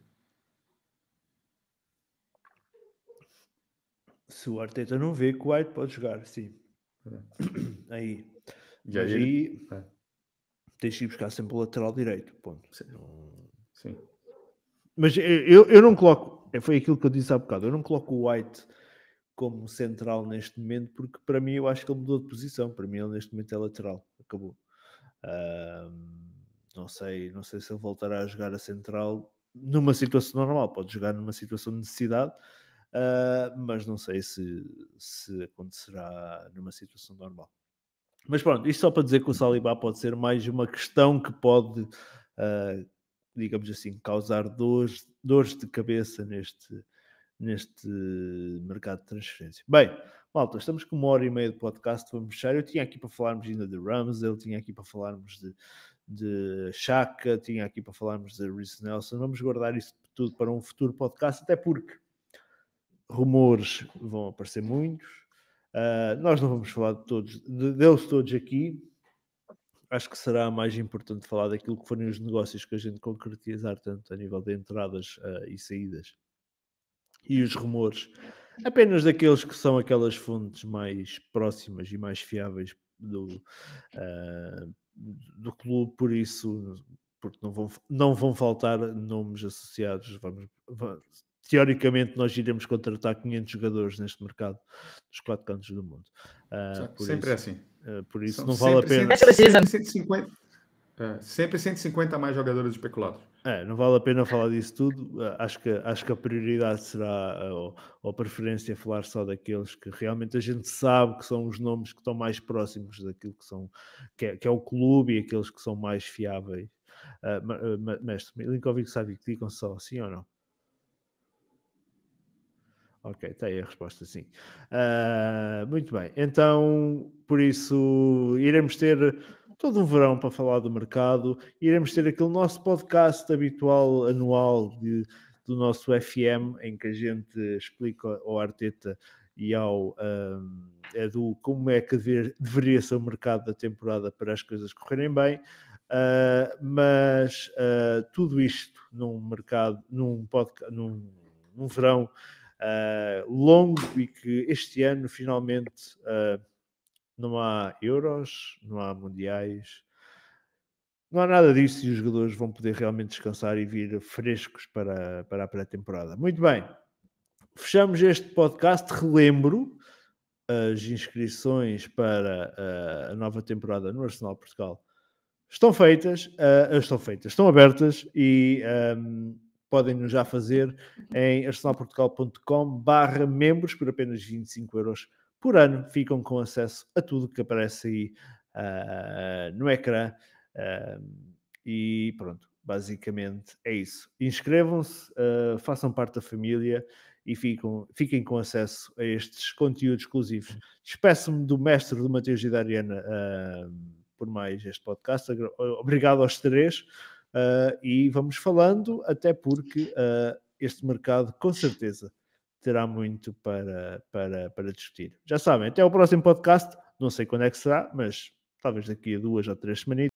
Speaker 1: Se o Arteta não vê que o White pode jogar, sim. É. Aí.
Speaker 2: E
Speaker 1: Mas
Speaker 2: aí,
Speaker 1: aí
Speaker 2: ele... é.
Speaker 1: tens que ir buscar sempre o lateral direito. Ponto.
Speaker 2: Sim.
Speaker 1: Não...
Speaker 2: Sim.
Speaker 1: Mas eu, eu não coloco, foi aquilo que eu disse há bocado, eu não coloco o White como central neste momento, porque para mim eu acho que ele mudou de posição. Para mim ele neste momento é lateral. Acabou. Uh, não sei, não sei se ele voltará a jogar a central numa situação normal. Pode jogar numa situação de necessidade, uh, mas não sei se, se acontecerá numa situação normal. Mas pronto, isto só para dizer que o Saliba pode ser mais uma questão que pode, uh, digamos assim, causar dores, dores de cabeça neste, neste mercado de transferência. Bem, malta, estamos com uma hora e meia de podcast, vamos fechar. Eu tinha aqui para falarmos ainda de Ramsdale, tinha aqui para falarmos de, de Xhaka, tinha aqui para falarmos de Reece Nelson. Vamos guardar isso tudo para um futuro podcast, até porque rumores vão aparecer muitos. Uh, nós não vamos falar de todos, de, deles todos aqui. Acho que será mais importante falar daquilo que forem os negócios que a gente concretizar, tanto a nível de entradas uh, e saídas, e os rumores, apenas daqueles que são aquelas fontes mais próximas e mais fiáveis do, uh, do clube, por isso, porque não vão, não vão faltar nomes associados. Vamos, vamos, teoricamente, nós iremos contratar quinhentos jogadores neste mercado dos quatro cantos do mundo. Uh, por
Speaker 2: sempre
Speaker 1: isso,
Speaker 2: é assim.
Speaker 1: Uh, por isso
Speaker 2: São
Speaker 1: não vale
Speaker 2: sempre,
Speaker 1: a pena.
Speaker 2: Sempre, sempre cento e cinquenta, é, sempre cento e cinquenta mais jogadores especulados.
Speaker 1: É, não vale a pena falar disso tudo. Acho que, acho que a prioridade será, ou, ou a preferência, falar só daqueles que realmente a gente sabe que são os nomes que estão mais próximos daquilo que, são, que, é, que é o clube, e aqueles que são mais fiáveis. Uh, uh, mestre, Milinkovic Savic, digam só sim ou não? Ok, está aí a resposta, sim. Uh, muito bem. Então, por isso, iremos ter todo um verão para falar do mercado. Iremos ter aquele nosso podcast habitual, anual, de, do nosso F M, em que a gente explica ao Arteta e ao um, Edu como é que dever, deveria ser o mercado da temporada para as coisas correrem bem. Uh, mas uh, tudo isto num mercado, num podcast, num, num verão Uh, longo, e que este ano finalmente uh, não há euros, não há mundiais, não há nada disso, e os jogadores vão poder realmente descansar e vir frescos para, para a pré-temporada. Muito bem, fechamos este podcast. Relembro, as inscrições para uh, a nova temporada no Arsenal Portugal estão feitas, uh, estão feitas, estão abertas, e um, podem-nos já fazer em arsenalportugal ponto com barra membros por apenas vinte e cinco euros por ano. Ficam com acesso a tudo que aparece aí uh, no ecrã. Uh, e pronto, basicamente é isso. Inscrevam-se, uh, façam parte da família e ficam, fiquem com acesso a estes conteúdos exclusivos. Despeço-me do mestre do Mateus e da Ariana uh, por mais este podcast. Obrigado aos três. Uh, e vamos falando, até porque uh, este mercado com certeza terá muito para, para, para discutir. Já sabem, até o próximo podcast, não sei quando é que será, mas talvez daqui a duas ou três semanas.